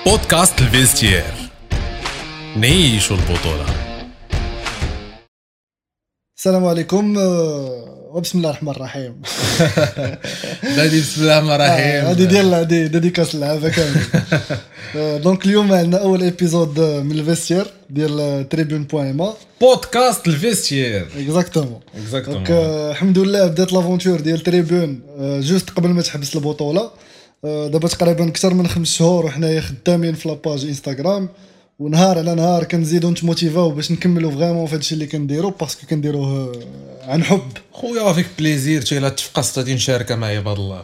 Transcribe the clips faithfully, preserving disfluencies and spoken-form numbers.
بودكاست الفيستير نعيش البطولة. السلام عليكم وبسم الله الرحمن الرحيم. دادي بسم الله الرحمن الرحيم. هذه ديال هذه ديديكاس اللعابه كامل. دونك اليوم عندنا اول ايبيزود من الفيستير ديال تريبون بوان ما بودكاست الفيستير. اكزاكتومون اكزاكتومون. دونك الحمد لله بدات لافونتور ديال تريبون جوست قبل ما تحبس البطوله. دابا تقريبا اكثر من خمس شهور وحنايا خدامين في لاباج انستغرام، ونهار على نهار كنزيدو نتموتيفاو باش نكملوا فريمون في هادشي اللي كنديرو باسكو كنديروه عن حب. خويا فيك بليزير تي لا تفقست غادي نشاركها مع عباد الله.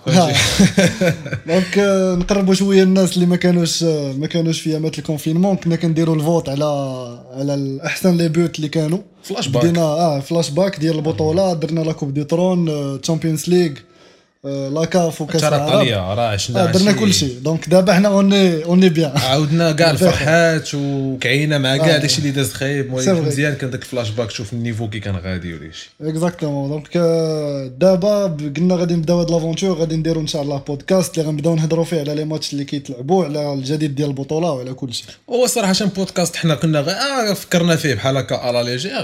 دونك نقربوا شويه الناس اللي ما كانوش ما كانوش في ايامات الكونفينمون. كنا كنديروا الفوت على على الاحسن لي بوت اللي كانوا فلاش باك. بدينا اه فلاش باك ديال البطوله، درنا لا كوب دي ترون، تشامبيونز ليغ، لا كاف وكاس العالم، راه عشنا آه درنا كل شيء. دونك دابا حنا اوني اوني بيان، عاودنا كاع الفرحات وكعينا مع كاع آه. داكشي اللي داز خايب، ولكن مزيان كان داك الفلاش باك تشوف النيفو كي كان غادي وداكشي. اكزاكتومون. دونك دابا قلنا غادي نبداو هاد لافونتور، غادي نديرو ان شاء الله بودكاست اللي غنبداو نهضروا فيه على لي ماتش اللي كيتلعبوا، على الجديد ديال البطوله وعلى كل شيء. هو صراحه بودكاست حنا كنا غير آه فكرنا فيه بحال هكا على ليجير،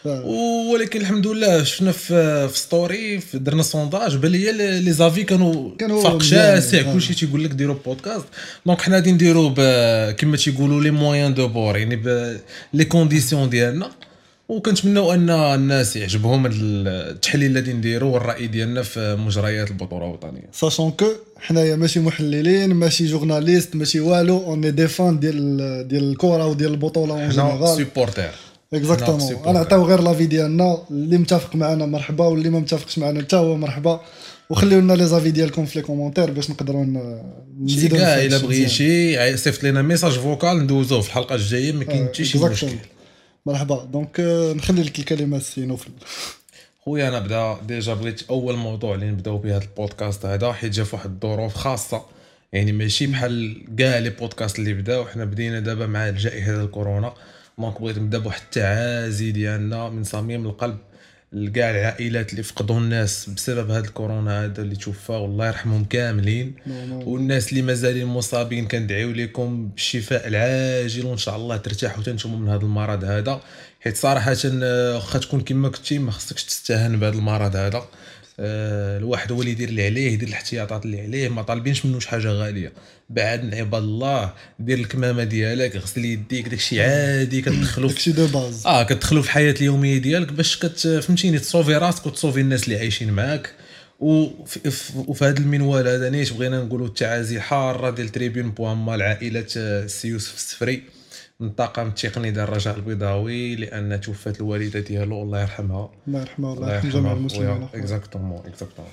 ولكن الحمد لله شفنا في في ستوري درنا سونداج بان لي لي زافي كانوا فرق شاسع. كلشي تيقول لك ديروا بودكاست. دونك حنا غادي نديروا كما تيقولوا لي موين دو بور، يعني لي كونديسيون ديالنا، وكنتمنوا ان الناس يعجبهم التحليل اللي غادي نديروا والراي ديالنا في مجريات البطوله الوطنيه. ساشون كو حنايا ماشي محللين، ماشي جورناليست، ماشي والو، اوني دي فان ديال ديال الكره وديال البطوله اون جينيرال، سوبورتر. اكزاكتومون. انا عطاو غير لافي ديالنا، اللي متفق معنا مرحبا واللي ما متفقش معنا حتى هو مرحبا، وخليو لنا لي زافي ديالكم في لي كومونتير باش نقدروا نزيدوا. كاع الا بغي شي صيفط لنا ميساج فوكال ندوزوه في الحلقه الجايه، ما كاين حتى شي مشكل. مرحبا. دونك نخلي لك الكلمات سينوفل. خويا انا بدا ديجا بغيت اول موضوع اللي نبداو به هذا البودكاست هذا، حيت جا فواحد الظروف خاصه، يعني ماشي بحال كاع لي بودكاست اللي بداو. حنا بدينا دابا مع الجائحه ديال الكورونا، دونك بغيت نبدا بواحد التعازي ديالنا من صميم القلب لكاع العائلات اللي فقدوا الناس بسبب هذا الكورونا هذا اللي توفى، والله يرحمهم كاملين. والناس اللي مازالين مصابين كندعيو لكم بالشفاء العاجل، وان شاء الله ترتاحوا تنتموا من هذا المرض هذا، حيت صراحه واخا تكون كما كنتي ما خصكش تستهان بهذا المرض هذا. أه الواحد هو اللي يدير اللي عليه، يدير الاحتياطات اللي عليه، ما طالبينش منه شي حاجه غاليه. بعد من عباد الله دير الكمامه ديالك، غسل يديك، داكشي عادي كتدخلوا داكشي دو باز، اه كتدخلوا في الحياه اليوميه ديالك باش كتفهمتيني تصوفي راسك وتصوفي الناس اللي عايشين معاك. وفي في هذا المنوال هذا نيت بغينا نقولوا التعازي حاره ديال تريبون بوان ما لعائله السي يوسف السفري من الطاقم التقني ديال الرجاء البيضاوي، لان توفات الوالده ديالو الله يرحمها. الله يرحمها الله يرحم جميع المسلمين. اكزاكتومون اكزاكتومون.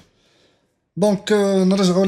دونك نرجعوا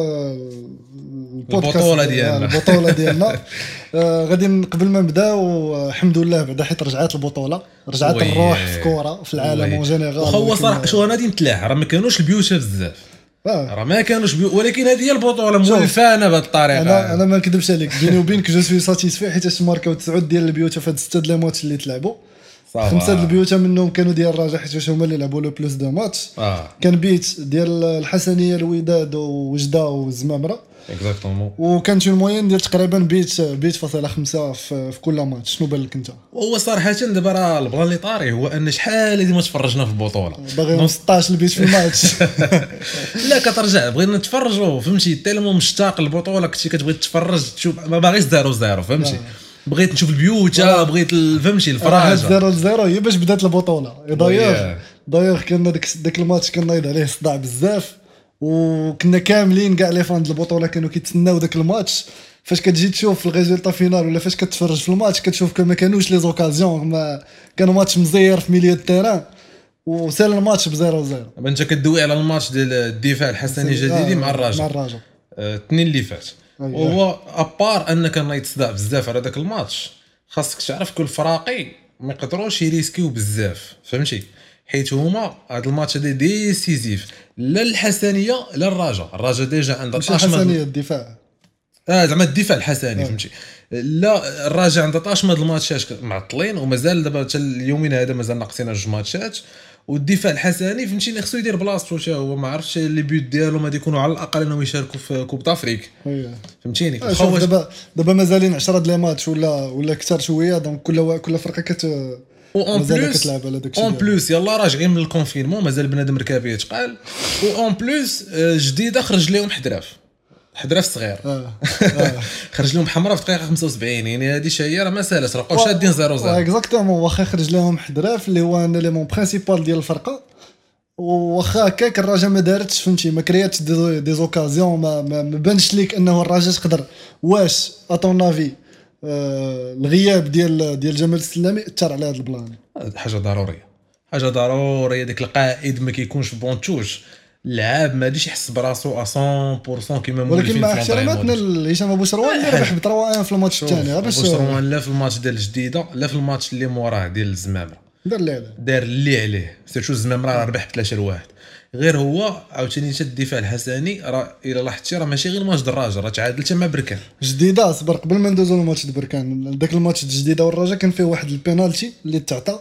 البطوله ديالنا البطوله ديالنا غادي قبل ما نبداو الحمد لله بعدا حيت رجعت البطوله، رجعت الروح في كره في العالم اون جينيرال. هو صراحه شو انا غادي نتلاح، راه ما كانوش البيوت بزاف، راه ما كانوش بيوت، ولكن هذه هي البطوله مولفانه بهذه الطريقه. انا انا ما نكذبش عليك، بيني وبينك جو سوي ساتيسفي حيت ماركاو تسعة ديال البيوت في هاد ستة د لي ماتش اللي تلعبوا. خمسه د البيوت منهم كانوا ديال الرجاء حيت هما اللي لعبوا لو بلوس دو ماتش. آه. كان بيت ديال الحسنيه الوداد ووجده والزمامره اكزاكتومون، وكانت الموين ديال تقريبا بيت بيت فاصله خمسة في, في كل ماتش. شنو بان لك انت؟ هو صراحه دابا راه البلان اللي طاري هو ان شحال هذه ما تفرجنا في البطوله، باغي ستطاش البيت في الماتش. لا كترجع بغينا نتفرجوا، فهمتي تيلمون مشتاق البطوله، كنتي كتبغي تتفرج تشوف، ما باغيش زيرو زيرو فهمتي. بغيت نشوف البيوت، بغيت فهمتي الفراجه. زيرو زيرو هي باش بدات البطوله. دايوغ دايوغ كان داك داك الماتش كان نايض عليه صداع بزاف، وكنا كاملين كاع لي فان د البطوله كانوا كيتسناو داك الماتش. فاش كتجي تشوف في الريزولطا فينال ولا فاش كتفرج في الماتش كتشوف كما كانوش لي زوكازيون، ما كانوا ماتش مزير في ميليو التيران وسال الماتش بزيرو زيرو. انت كدوي على الماتش ديال الدفاع الحسني الجديدي مع الرجاء مع الرجاء الاثنين اللي فات. وهو ابار ان كان نايض صداع بزاف على داك الماتش، خاصك تعرف كل فراقي ما يقدروش يريسكيو بزاف فهمتي، حيت هما هذا الماتش هذا ديسيزيف لا الحسنيه لا الرجاء. الرجاء ديجا عندها طاش الحسنيه الدفاع اه زعما الدفاع الحسني فهمتي. لا الرجاء عندها طاش من هاد الماتشات معطلين، ومازال دابا حتى اليومين هذا مازال ناقصين جوج ماتشات، والدفاع الحسني فهمتيني خصو يدير بلاصتو حتى هو ما عرفتش لي بيوت ديالو ما يكونوا على الاقل انهم يشاركوا في كوب دافريك فهمتيني. آه شوف دابا دابا مازالين عشرة د لي ماتش ولا ولا كثر شويه دونك كل كل فرقه كت اون بلوس اون بلوس يلا راجعين من الكونفينمون مازال بنادم ركابيه تقال اون بلوس جديده خرج لهم حدراف حدراف صغير اه اه خرج لهم حمراء في دقيقه خمسة وسبعين يعني هذه شي راه ما سالت راه بقاو شادين صفر صفر اكزاكتومون واخا خرج لهم حدراف اللي هو ان ليمون برينسيبال ديال الفرقه واخا هكاك الرجاء ما دارتش فهمتي ما كرياتش دي, دي زوكازيون ما, ما, ما بانش ليك انه الرجاء تقدر واش اطون نافي آه الغياب ديال ديال جمال السلامي اثر على هذا البلان. حاجه ضروريه حاجه ضروريه ديك القائد ما كيكونش في بونتوش اللاعب ما غاديش يحس براسو مية بالمية كيما مولفين ولكن مع احتراماتنا لهشام ابو شروان اللي ربح ب ثلاثة واحد في الماتش الثاني ابو شروان لا في الماتش ديال الجديده لا في الماتش اللي موراه ديال الزمامره دار اللي عليه دار اللي عليه سيرتو الزمامره راه ربح ثلاثة لواحد غير هو عاوتاني حتى الدفاع الحسني راه الا لاحظتي راه ماشي غير ماتش دراجه راه تعادل حتى مع بركان جديده صبر قبل ما ندوزو للماتش د بركان داك الماتش الجديده والرجاء كان فيه واحد البينالتي اللي تعطى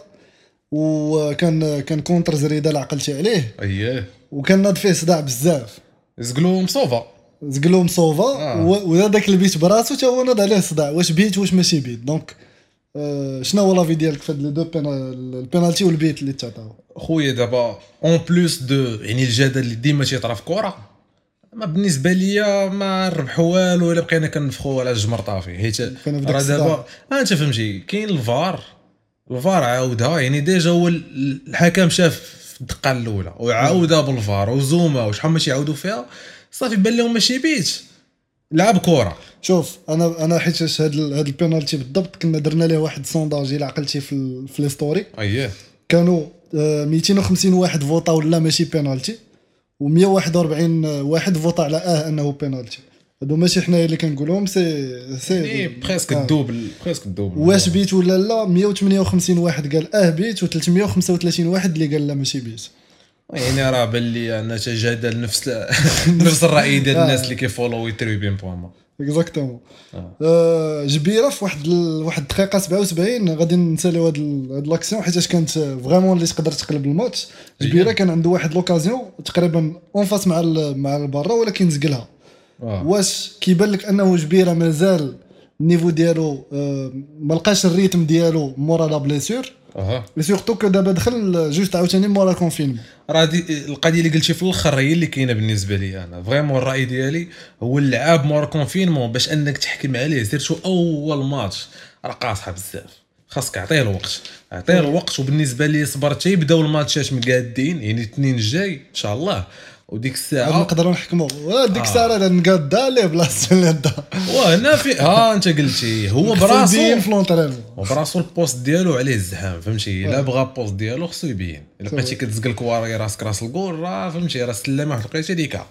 وكان كان كونتر زريده لا عقلتي عليه اييه وكان ناض فيه صداع بزاف زقلو مصوفه زقلو مصوفه آه. وهذاك اللي بيت براسو حتى هو ناض عليه صداع واش بيت واش ماشي بيت دونك آه شنو هو لافي ديالك في هاد لي دو البينالتي والبيت اللي تعطاو خويا دابا اون بلوس دو يعني الجدل اللي ديما تيطرا في كره ما بالنسبه ليا ما ربحوا والو الا بقينا كنفخوا على الجمر طافي حيت راه دابا انت فهمتي كاين الفار الفار عاودها يعني ديجا هو الحكم شاف في الدقه الاولى وعاودها بالفار وزوما وشحال ما تيعاودوا فيها صافي بان لهم ماشي بيت لعب كره. شوف انا انا حيت هاد هاد البينالتي بالضبط كنا درنا ليه واحد سونداج الا عقلتي في في لي ستوري اييه كانوا مئتين وخمسين واحد فوطا ولا ماشي بينالتي ومئة وواحد وأربعين واحد فوطا على اه انه بينالتي هادو ماشي حنايا اللي كنقولهم سي سي بريسك الدوبل بريسك الدوبل واش بيت ولا لا مئة وثمانية وخمسين واحد قال اه بيت و335 واحد اللي قال لا ماشي بيت يعني راه بان لي انا تجادل نفس نفس الراي ديال الناس اللي كيفولو تريبين بوما اكزاكتومون آه جبيره في واحد ال... واحد الدقيقه سبعة وسبعين غادي نساليو هاد هاد لاكسيون حيت كانت فريمون اللي تقدر تقلب الماتش. جبيره كان عنده واحد لوكازيون تقريبا اون فاس مع ال... مع البرا ولكن زقلها. آه. واش كيبان لك انه جبيره مازال النيفو ديالو آه ما لقاش الريتم ديالو مورا لا بليسور اها مي سورتو كو دابا دخل جوست عاوتاني مورا كونفينمون راه القضيه اللي قلتي في الاخر هي اللي كاينه بالنسبه لي انا فريمون الراي ديالي هو اللعاب مورا كونفينمون باش انك تحكم عليه سيرتو اول ماتش راه قاصحه بزاف خاصك عطيه الوقت عطيه الوقت وبالنسبه لي صبرت يبداو الماتشات مقادين يعني الاثنين الجاي ان شاء الله وديك الساعه نقدروا نحكموا ديك الساعه راه نقاد عليه بلاصه اللي دا وهنا في ها انت قلتي هو براسو في لونطرينمون وبراسو البوست ديالو عليه الزحام فهمتي الا بغى البوست ديالو خصو يبين الا بقيتي كتزق الكواري راسك راس الجول راه فهمتي راه السلامه واحد لقيتي ديكا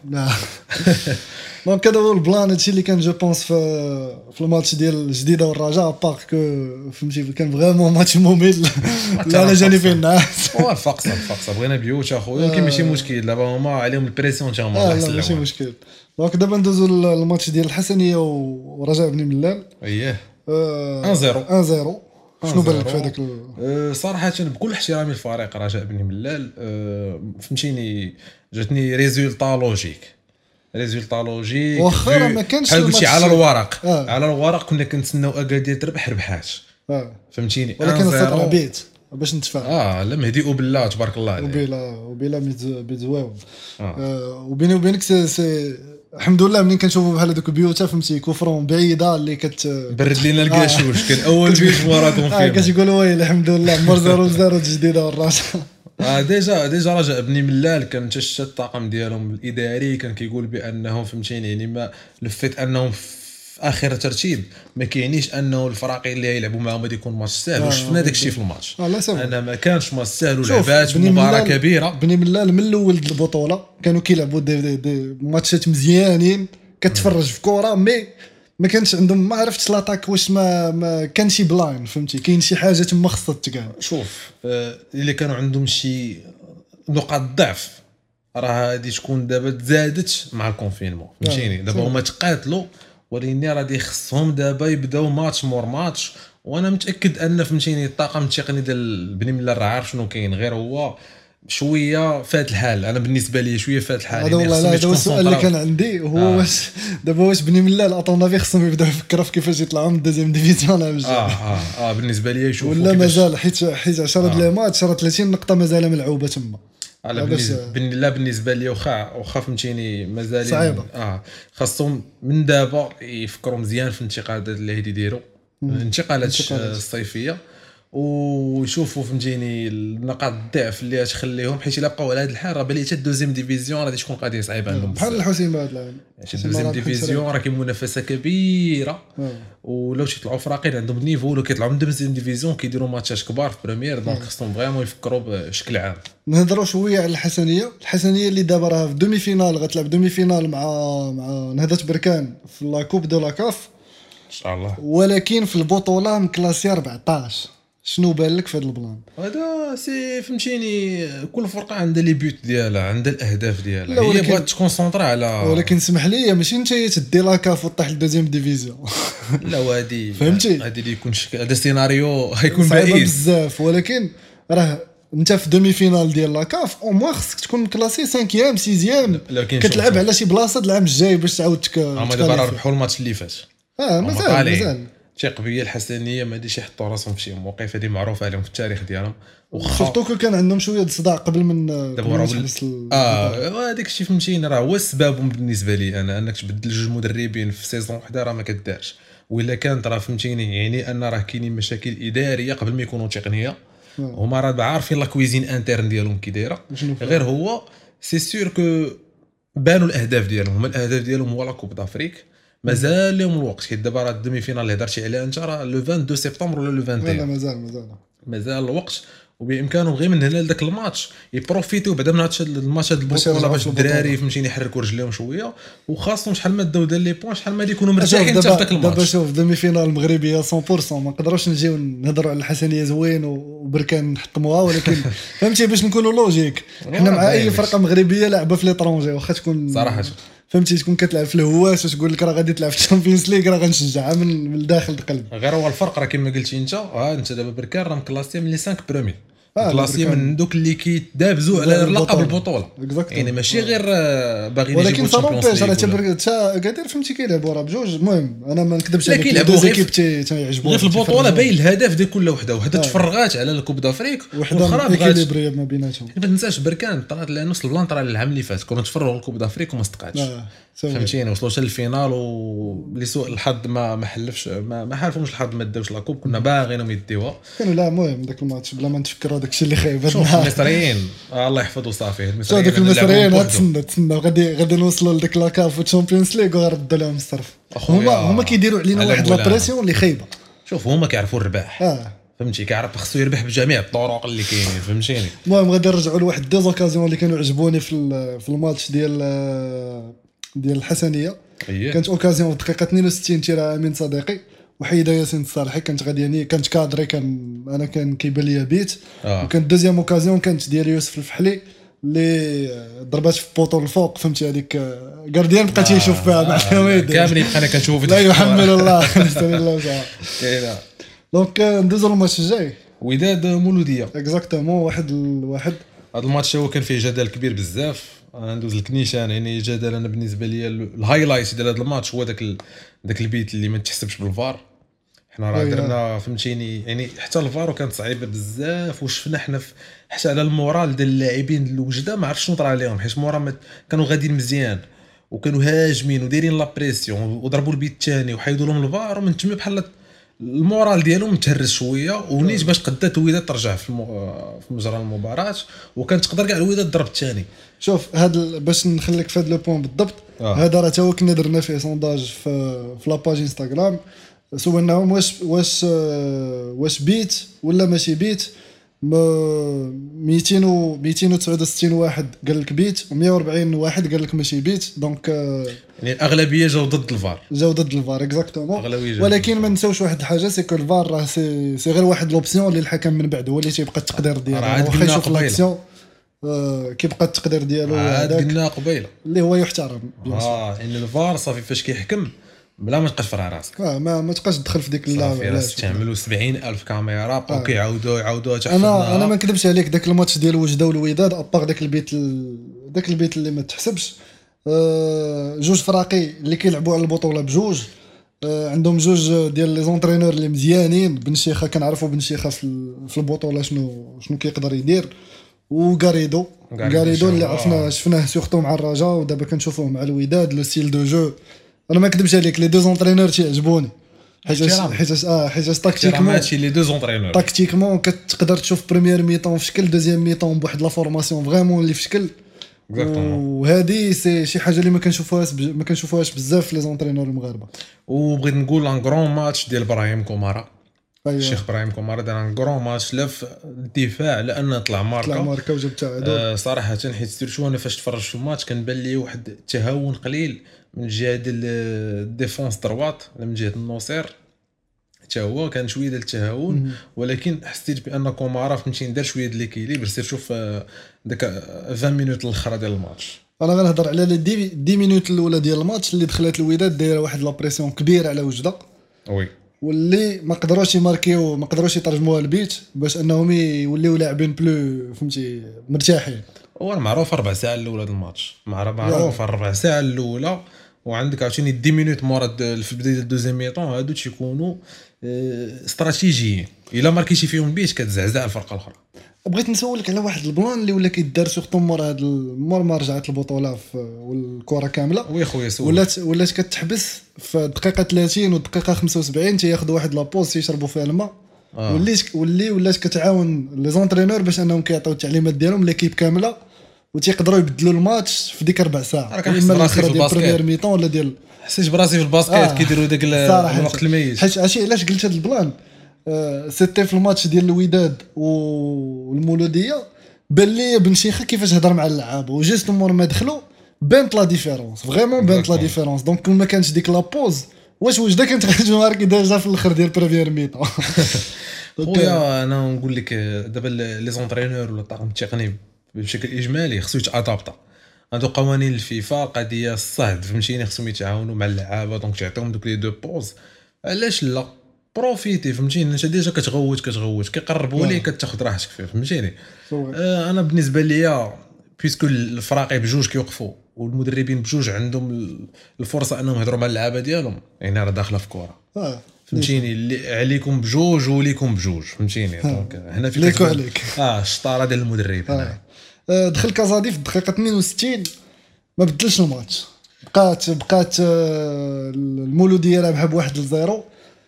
دونك هذا هو البلان هادشي اللي كان جو بونس في في الماتش ديال الجديده والرجاء باغ كو فهمتي كان فريمون ماتش ممل لا على جانبين الناس هو فقصه فقصه بغينا بيوت اخويا ولكن ماشي مشكل دابا هما عليهم البريسيون تا هما لا ماشي مشكل. دونك دابا ندوزو الماتش ديال الحسنيه ورجاء بن ملال اييه واحد صفر واحد صفر شنو بان لك في هذاك أه صراحه بكل احترامي للفريق رجاء بن ملال أه فهمتيني جاتني ريزولطا لوجيك ريزولطا لوجيك واخا ما كانش بحال قلتي على الورق آه. على الورق كنا كنتسناو اكادير تربح ربحات اه فهمتيني ولكن الصراحه بيت باش نتفاهم اه لا مهدي وبالله تبارك الله عليه وبلا وبلا بيت زويون آه. آه وبيني وبينك سي, سي الحمد لله ملي كنشوفوا بحال هذوك البيوتا فهمتي كفرون بعيده اللي كت برد لينا الكاشوش كان اول بيت وراكم فيه اه كتقولوا ويلي الحمد لله مر زيرو زيرو جديده والرجاء اه ديجا ديجا رجاء بني ملال كان حتى الطاقم ديالهم الاداري كان كيقول بانهم فهمتيني يعني ما لفت انهم في اخر ترتيب ما كيعنيش انه الفريق اللي يلعبوا معاهم غادي يكون ماتش سهل آه وشفنا داك الشيء في الماتش آه انا ما كانش ماتش سهل ولعبات مباراه كبيره. بني ملال من الاول البطوله كانوا كيلعبوا دي, دي, دي ماتشات مزيانين كتفرج في كره مي ما كانش عندهم ما عرفتش لاطاك واش ما, ما كان شي بلاين فهمتي كاين شي حاجه تما خصها تقال. شوف آه اللي كانوا عندهم شي نقاط ضعف راه غادي تكون دابا تزادت مع الكونفينمون فهمتيني دابا هما تقاتلوا ولكن راه دي خصهم دابا يبداو ماتش مور ماتش وانا متاكد ان فهمتيني الطاقم التقني ديال بني ملال راه عارف شنو كاين غير هو شويه فات الحال. انا بالنسبه لي شويه فات الحال. هذا والله لا، هذا هو السؤال اللي كان عندي هو آه. واش دابا واش بني من لا الاطونافي خصهم يبداو يفكروا في كيفاش يطلعوا من الدوزيام ديفيزيون. اه اه اه بالنسبه لي يشوفوا ولا مازال حيت حيت عشرة د لي ماتش راه ثلاثين نقطه مازال ملعوبه تما. على بالنسبه لا بالنسبه لي واخا واخا فهمتيني مازال صعيبه. اه خاصهم من دابا يفكروا مزيان في الانتقادات اللي هادي يديروا الانتقالات الصيفيه ويشوفوا فهمتيني النقاط الضعف اللي تخليهم، حيت الا بقاو على هذا الحال راه بالي حتى الدوزيام ديفيزيون غادي تكون قضيه صعيبه عندهم بحال الحسين هذا العام. الدوزيام ديفيزيون راه كاين منافسه كبيره ولو تيطلعوا فراقين عندهم النيفو ولو كيطلعوا من الدوزيام ديفيزيون كيديروا ماتشات كبار في بريمير. دونك خصهم فريمون يفكروا بشكل عام. نهضروا شويه على الحسنيه الحسنيه اللي دابا راه في دومي فينال غتلعب دومي فينال مع مع نهضه بركان في لا كوب دو لا كاف ان شاء الله، ولكن في البطوله مكلاسي أربعطاش. شنو بان لك في هذا البلان؟ هذا سي فهمتيني كل فرقه عندها لي بيوت ديالها، عندها الاهداف ديالها، هي بغات تكونسونطرا على. ولكن سمح لي ماشي انت تدي لاكاف وطيح للدوزيام ديفيزيون. لا وهادي فهمتي هادي اللي يكون شك... هذا سيناريو غيكون بعيد بعيد بزاف. ولكن راه انت في دومي فينال ديال لاكاف او موا خصك تكون كلاسي خمسة ستة كتلعب على شي بلاصه العام الجاي باش تعاود تك. هما دابا راه ربحوا الماتش اللي فات. اه مازال مازال ثق بيا الحسنيه ما ديش يحطوا راسهم في شي مواقف هذه معروفه عليهم في التاريخ ديالهم. وخاصه كان عندهم شويه الصداع قبل من دابا اه هذاك الشيء فهمتيني راه هو السبب بالنسبه لي انا انك تبدل جوج مدربين في سيزون وحده راه ما كدارش. ولا كانت راه فهمتيني يعني ان راه كاينين مشاكل اداريه قبل ما يكونوا تقنيه. هما راه عارفين لا كويزين انترن ديالهم كي دايره. غير هو سي سور كو بانوا الاهداف ديالهم. هما الاهداف ديالهم هو لا كوب دافريك. مازال لهم الوقت. حيت دابا راه الدومي فينال اللي هضرتي عليها انت راه لو اثنين وعشرين سبتمبر ولا لو واحد وعشرين. لا مازال مازال مازال الوقت وبامكانهم غير من هنا لذاك الماتش يبروفيتيو بعدا من هذا الماتش هذا البطوله باش الدراري فهمتيني يحركوا رجليهم شويه وخاصهم شحال ما داو ديال لي بوين شحال ما يكونوا مرتاحين حتى في ذاك الماتش. دابا شوف دومي فينال المغربيه مية بالمية ما نقدروش نجيو نهضروا على الحسنيه زوين وبركان نحطموها. ولكن فهمتي باش نكونوا لوجيك حنا مع اي فرقه مغربيه لعبه في ليترونجي واخا تكون صراحه فهمتي تكون كتلعب في الهواس وتقول لك راه غادي تلعب في الشامبيونز ليغ راه غنشجعها من من داخل القلب. غير هو الفرق راه كما قلتي انت ها انت دابا بركان راه مكلاسي من لي خمسة بريمير كلاسي من دوك اللي كيتدابزوا على لقب البطوله يعني ماشي غير باغيين يجيبوا ولكن صافي راه تبرك تا قادر فهمتي كيلعبوا راه بجوج. المهم انا ما نكذبش عليك كيلعبوا غير تيعجبوا في البطوله باين الهدف ديال كل وحده وحده تفرغات على الكوب دافريك واخرى بغات ما بيناتهم. ما تنساش بركان طلعت لها نص البلان طلع العام اللي فات كنا نتفرغوا الكوب دافريك وما استقعدش فهمتيني. وصلوا حتى للفينال ولسوء الحظ ما ما حلفش ما, ما حالفهمش الحظ ما داوش لاكوب. كنا باغيينهم يديوها كانوا لا المهم داك الماتش بلا ما نتفكروا داك الشيء اللي خايب. شوف المصريين الله يحفظوا صافي المصريين داك المصريين تسنى تسنى غادي غادي نوصلوا لديك لاكاف والشامبيونز ليغ وغردوا لهم الصرف. هما هما كيديروا علينا واحد لابريسيون اللي خايبه. شوف هما كيعرفوا الرباح اه فهمتي كيعرف خصو يربح بجميع الطرق اللي كاينين فهمتيني. المهم غادي نرجعوا لواحد دي زوكازيون اللي كانوا عجبوني في في الماتش ديال ديال الحسنيه. كانت اوكازيون في الدقيقه اثنين وستين تيرا امين صديقي وحيده ياسين الصالحي كانت غادي يعني كانت كادري كان انا كان كيبان ليا بيت آه. وكانت دوزيام اوكازيون كانت ديال يوسف الفحلي اللي ضربات في بوطو الفوق فهمتي هذيك غارديان بقى تيشوف فيها مع الحوايد كاملين بقينا كنشوف لا يحمل الله نستني الله كاينه. دونك ندوزو للماتش الجاي وداد مولوديه اكزاكتومون واحد الواحد. هذا الماتش هو كان فيه جدل كبير بزاف. ندوز الكنيشان يعني جدل انا بالنسبه لي الهايلايت ديال هذا الماتش هو داك ال... داك البيت اللي ما تحسبش بالفار. حنا راه درنا فهمتيني يعني حتى الفار كانت صعيبه بزاف وشفنا حنا حتى على المورال ديال اللاعبين الوجده ما عرفتش شنو طرا عليهم حيت مورا كانوا غاديين مزيان وكانوا هاجمين ودايرين لا بريسيون وضربوا البيت الثاني وحيدوا لهم الفار ومن تما بحال المورال ديالهم متهرس شويه ونيت باش قدات الوداد ترجع في المو... في مجرى المباراه وكانت تقدر كاع الوداد ضرب الثاني. شوف هذا باش نخليك في هذا لو بوين بالضبط آه. هذا راه تا هو كنا درنا فيه سونداج في في لاباج انستغرام سولناهم واش واش واش بيت ولا ماشي بيت. مئتين وتسعة وستين واحد قال لك بيت ومئة وأربعين واحد قال لك ماشي بيت. دونك يعني الاغلبيه جاو ضد الفار جاو ضد الفار اكزاكتومون. ولكن ما نساوش واحد الحاجه سي كو الفار راه سي سي غير واحد لوبسيون اللي الحكم من بعد هو اللي تيبقى التقدير ديالو واخا يشوف لاكسيون آه كيبقى التقدير ديالو هذاك قلنا قبيله اللي هو يحترم اه ان الفار صافي فاش كيحكم بلا ما تبقاش فرع راسك. اه ما ما تبقاش تدخل في ديك اللعبه. صافي راه استعملوا سبعين ألف كاميرا بقاو آه. كيعاودوا يعاودوها حتى انا انا ما نكذبش عليك، داك الماتش ديال وجده والوداد ابار داك البيت ال... داك البيت اللي ما تحسبش. آه جوج فراقي اللي كيلعبوا على البطوله بجوج. آه عندهم جوج ديال لي زونترينور اللي مزيانين. بن شيخه كنعرفوا بن شيخه في ال- في البطوله شنو شنو كيقدر يدير. وغاريدو غاريدو اللي عرفنا شفناه سورتو مع الرجاء ودابا كنشوفوه مع الوداد. لو ستيل دو جو انا ما نكذبش عليك لي دو زونترينور تيعجبوني حيت حيت اه حيت تاكتيكمون هادشي لي دو زونترينور تاكتيكمون كتقدر تشوف بريمير ميطون في شكل، دوزيام ميطون بواحد لا فورماسيون فريمون اللي في شكل. وهذه سي شي حاجه اللي ما كنشوفوهاش ما كنشوفوهاش بزاف في لي زونترينور المغاربه. وبغيت نقول ان غران ماتش ديال ابراهيم كومارا. أيوة. الشيخ ابراهيم كومارا دار ان غران ماتش لا في الدفاع لان طلع ماركا طلع ماركا وجاب تعادل. آه صراحه حيت سيرتو انا فاش تفرجت في الماتش كان بان لي واحد التهاون قليل من الجهه ديال الديفونس دروات من جهه النصير حتى هو كان شويه ديال التهاون. ولكن حسيت بان كومارا فهمتي دار شويه ديال ليكيليبر سيرتو في داك عشرين مينوت الاخرى ديال الماتش. انا غنهضر على لي دي, دي مينوت الاولى ديال الماتش اللي دخلت الوداد دايره واحد لا بريسيون كبيره على وجده وي واللي ما قدروش يماركيو ما قدروش يترجموها البيت باش انهم يوليو لاعبين بلو فهمتي مرتاحين. هو معروف ربع ساعه الاولى ديال الماتش معروف ربع ساعه الاولى وعندك عاوتاني دي مينوت مورا في بدايه الدوزيام ميطون هادو تيكونوا استراتيجيين الا ماركيتي فيهم البيت كتزعزع الفرقه الاخرى. بغيت نسولك على واحد البلان اللي ولا كيدار سورتو مور هاد مور ما رجعت البطوله والكره كامله. وي خويا سول ولات ولات كتحبس في الدقيقه ثلاثين والدقيقه خمسة وسبعين تياخذوا واحد لابوز تيشربوا فيها الماء. آه. وليت ولي ولات كتعاون لي زونترينور باش انهم كيعطيو التعليمات ديالهم ليكيب كامله وتيقدروا يبدلوا الماتش في ديك ربع ساعه اما الاخر ديال بريمير ميطون ولا ديال. حسيت براسي في الباسكيت آه. كيديروا داك الوقت الميت. حيت عرفتي علاش قلت هذا البلان آه سيتي في الماتش ديال الوداد والمولوديه بان لي بن شيخه كيفاش هضر مع اللعابه وجيست مور ما دخلوا بانت لا ديفيرونس فريمون بانت لا ديفيرونس. دونك ما كانش ديك لابوز واش وجده كانت غادي ماركي ديجا في الاخر ديال بريمير ميطون. خويا انا نقول لك دابا لي زونترينور ولا الطاقم التقني بشكل اجمالي خصو يتادابطا. هادو قوانين الفيفا قضيه الصهد فهمتيني خصهم يتعاونوا مع اللعابه دونك تعطيهم دوك لي دو بوز. علاش لا بروفيتي فهمتيني انت ديجا كتغوت كتغوت كيقربوا ليك كتاخذ راحتك فيه فهمتيني. آه انا بالنسبه ليا بيسكو الفراقي بجوج كيوقفوا والمدربين بجوج عندهم الفرصه انهم يهضروا مع اللعابه ديالهم يعني راه داخله في كره اه فهمتيني اللي عليكم بجوج وليكم بجوج فهمتيني. دونك هنا في ليك عليك اه الشطاره ديال المدرب هنا. آه. دخل كازادي في الدقيقه اثنين وستين ما بدلش الماتش بقات بقات آه المولوديه رابحه بواحد لزيرو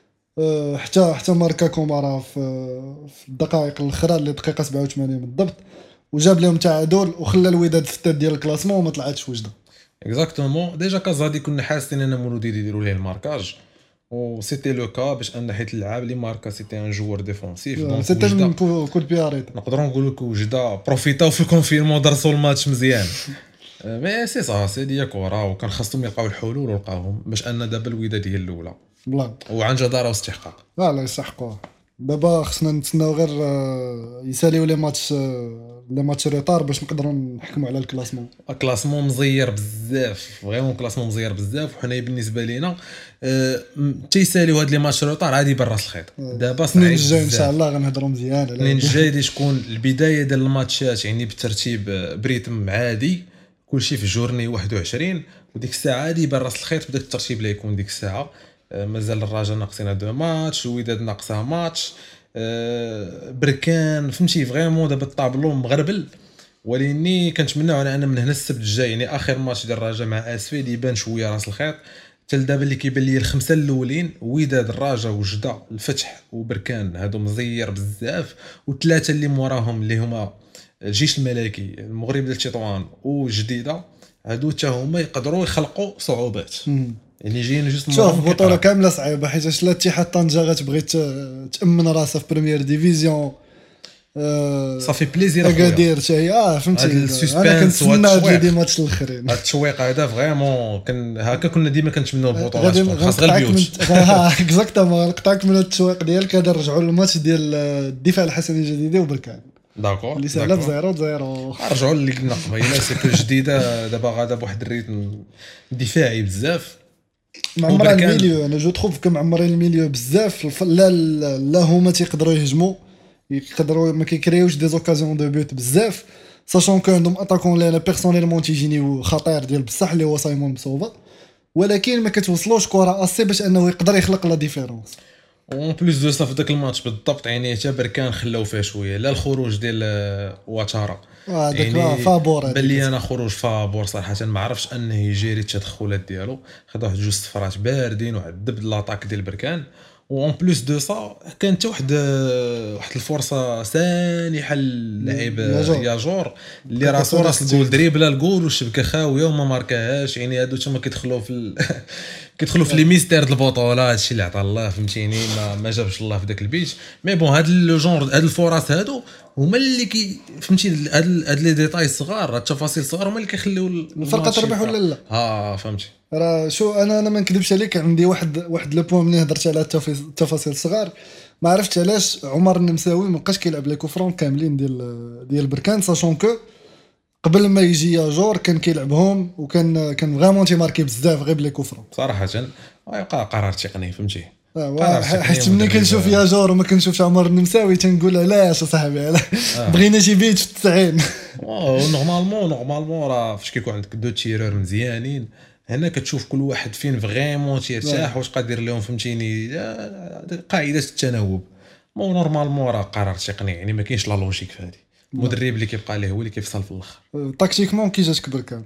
آه حتى حتى ماركا كومارا في, في الدقائق الاخرى اللي دقيقه سبعة وثمانين بالضبط وجاب لهم تعادل وخلى الوداد في التاد ديال الكلاسمون وما طلعتش وجده. اكزاكتومون ديجا كازادي كنا حاسين ان مولودي يديروا ليه الماركاج و سيتي لو كا باش ان حيت اللعاب اللي ماركا سيتي ان جوور ديفونسيف دونك سيتي كول بياريت نقدروا نقولوا لك وجده بروفيتاو في الكونفيرمون درسوا الماتش مزيان. مي سي صا سي دي كره وكان خاصهم يلقاو الحلول ولقاوهم باش ان دابا الوداد هي الاولى بلان وعن جداره واستحقاق. لا لا يستحقوها. دابا خصنا نتسناو غير يساليو لي ماتش لي ماتش ريطار باش نقدروا نحكموا على الكلاسمون. الكلاسمون مزير بزاف فريمون كلاسمون مزير بزاف وحنايا بالنسبه لينا أه تيساليو هاد لي ماتش ريطار عادي براس الخيط. دابا صعيب الجاي ان شاء الله غنهضروا مزيان على الجاي دي تكون البدايه ديال الماتشات يعني بالترتيب بريتم عادي كلشي في جورني واحد وعشرين وديك الساعه عادي براس الخيط بداك الترتيب اللي يكون ديك الساعه. مازال الرجاء ناقصين دو ماتش الوداد ناقصها ماتش أه بركان فهمتي فريمون دابا الطابلو مغربل. ولكني كنتمناو على ان من هنا السبت الجاي يعني اخر ماتش ديال الرجاء مع اسفي يبان شويه راس الخيط حتى دابا اللي كيبان لي الخمسه الاولين وداد الرجاء وجده الفتح وبركان هادو مزير بزاف وثلاثه اللي موراهم اللي هما الجيش الملكي المغرب ديال تطوان وجديده هادو حتى هما يقدروا يخلقوا صعوبات يعني جايين جوست شوف بطوله كامله صعيبه حيت لا اتحاد طنجه غتبغي تامن راسها في بريمير ديفيزيون أه صافي بليزير اكادير حتى هي اه فهمتي انا كنتسنى هاد لي ماتش الاخرين هاد التشويق هذا فريمون كان هكا كنا ديما كنتمناو البطولات خاص غير البيوت اكزاكتومون نقطعك من التشويق ديالك هذا نرجعوا للماتش ديال الدفاع الحسني الجديدي وبركان داكور اللي سالا بزيرو زيرو. رجعوا اللي قلنا قبيله سيكو جديده دابا غادا بواحد الريتم دفاعي بزاف معمر الميليو انا جو تخوف كمعمرين الميليو بزاف لا لا هما تيقدروا يهجموا يقدروا ما كيكريوش دي زوكازيون دو بوت بزاف ساشون كو عندهم اتاكون لي انا بيرسونيلمون تيجيني خطير ديال بصح اللي هو سايمون مصوبه ولكن ما كتوصلوش كره اسي باش انه يقدر يخلق لا ديفيرونس اون بليس دو صافي داك الماتش بالضبط يعني حتى بركان خلاو فيه شويه لا الخروج ديال واتارا هذاك يعني فابور بان لي انا خروج فابور صراحه ما عرفش انه يجيري التدخلات ديالو خدا واحد جوج صفرات باردين وعذب لاطاك ديال بركان وان بليس دو سا كان حتى واحد واحد الفرصه سانحه للاعب ياجور اللي راسو راس الجول دريبلا الجول والشبكه خاويه وما ماركاهاش يعني هادو تما كيدخلوا في ال... كيدخلوا في لي ميستير د البطوله هادشي اللي عطا الله فهمتيني ما, ما جابش الله في داك البيت مي بون هاد لو جونر هاد الفرص هادو هما اللي كي فهمتي هاد هاد لي ديتاي الصغار التفاصيل الصغار هما اللي كيخليو الفرقه تربح ولا لا ها فهمتي راه شو انا انا ما نكذبش عليك عندي واحد واحد لو بوين ملي هضرت على التفاصيل الصغار ما عرفتش علاش عمر النمساوي ما بقاش كيلعب لي كوفرون كاملين ديال ديال بركان ساشون كو قبل ما يجي ياجور كان كيلعبهم وكان كان فريمون تيماركي بزاف غير بلي كوفرون صراحه يبقى قرار تقني فهمتي حيت ملي كنشوف ياجور وما كنشوفش عمر النمساوي تنقول علاش صاحبي بغينا شي بيت في التسعين نورمالمون نورمالمون راه فاش كيكون عندك دو تيرور مزيانين هنا كتشوف كل واحد فين فريمون تيرتاح واش قادر لهم فهمتيني قاعده التناوب مو نورمالمون راه قرار تقني يعني ما كاينش لا لوجيك في هذه المدرب اللي كيبقى ليه هو اللي كيفصل في الاخر تاكتيكمون كي جاتك بركان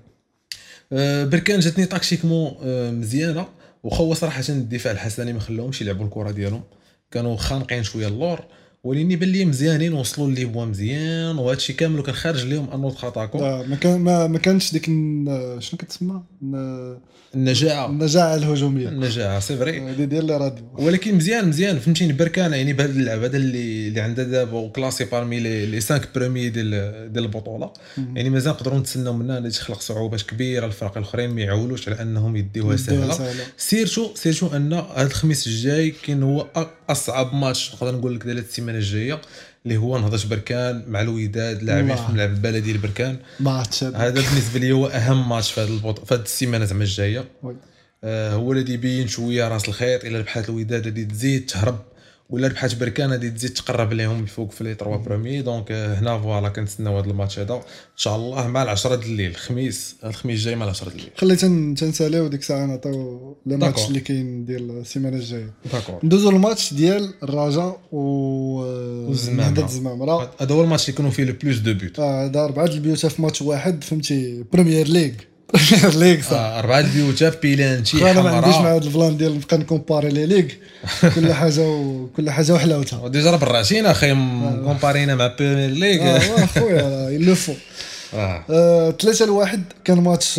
بركان جاتني تاكتيكمون مزيانه وخو صراحه الدفاع الحسني ما خلاهمش يلعبوا الكره ديالهم كانوا خانقين شويه اللور وليني بان لي مزيانين وصلوا لي بوا مزيان وهذا الشيء كامل كان خارج لهم انو خطاكو ما كان ما, ما كانش ديك شنو كتسمى النجاعه النجاعه الهجوميه النجاعه سي فري هذه ديال لي راديو ولكن مزيان مزيان فهمتيني بركان يعني بهذا اللعب هذا اللي اللي عندها دابا وكلاسي بارمي لي لي خمسة بريمي ديال ديال البطوله يعني مازال نقدروا نتسناو منها انه يخلق صعوبات كبيره الفرق الاخرين ما يعولوش على انهم يديوها سهله سيرتو سيرتو ان هذا الخميس الجاي كاين هو اصعب ماتش نقدر نقول لك ديال السيمانه الجايه اللي هو نهضش بركان مع الوداد لاعبين في الملعب البلدي لبركان هذا بالنسبه لي هو اهم ماتش في هذا البطوله في هذه السيمانه زعما الجايه آه هو اللي يبين شويه راس الخيط الا ربحات الوداد غادي تزيد تهرب ولا ربحات بركان غادي تزيد تقرب لهم الفوق في لي ثلاثة بروميي دونك هنا فوالا كنتسناو هذا الماتش هذا ان شاء الله مع العشرة د الليل الخميس الخميس الجاي مع العشرة د الليل خليت تنساليو ديك الساعه نعطيو لي ماتش اللي كاين ديال السيمانه الجايه ندوزو الماتش ديال الرجاء والزمامره الزمامره هذا هو الماتش اللي كانوا فيه لو بلوس دو بوت اه هذا اربعه البيوت في ماتش واحد فهمتي بريمير ليغ بريمير ليغ صح آه اربعه البيوت في بيلانتي حمراء انا ما عنديش مع هذا البلان ديال نبقى نكومباري لي ليغ كل حاجه وكل حاجه وحلاوتها ديجا براسين اخي كومبارينا مع بريمير ليغ اه خويا يلو فو اه ثلاثة لواحد كان ماتش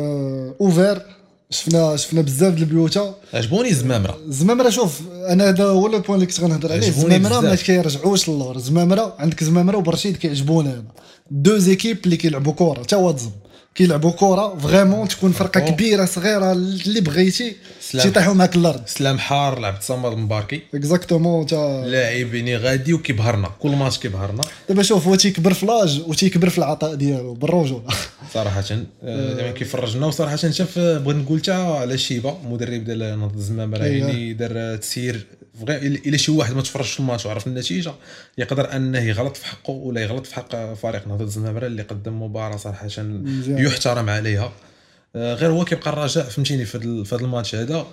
اوفر شفنا شفنا بزاف د البيوتا عجبوني الزمامره الزمامره شوف انا هذا هو لو بوين اللي كنت غنهضر عليه الزمامره ما كيرجعوش للور الزمامره عندك زمامره وبرشيد كيعجبوني انا دو زيكيب اللي كيلعبوا كره حتى هو تزم كيلعبوا كره فريمون تكون فرقه كبيره صغيره اللي بغيتي تيطيحوا معاك الارض سلام حار لعبت صمد مباركي اكزاكتومون تا لاعبين غادي وكيبهرنا كل ماتش كيبهرنا دابا شوف هو تيكبر في لاج وتيكبر في العطاء ديالو بالرجوله صراحه دائما كيفرجنا وصراحه شاف بغيت نقول حتى على شيبه مدرب ديال نهضه الزمامره يعني دار تسيير الا شي واحد ما تفرجش في الماتش وعرف النتيجه يقدر انه يغلط في حقه ولا يغلط في حق فريق نهضه الزمامره اللي قدم مباراه صراحه يحترم عليها غير هو كيبقى الرجاء فهمتيني في هذا الماتش هذا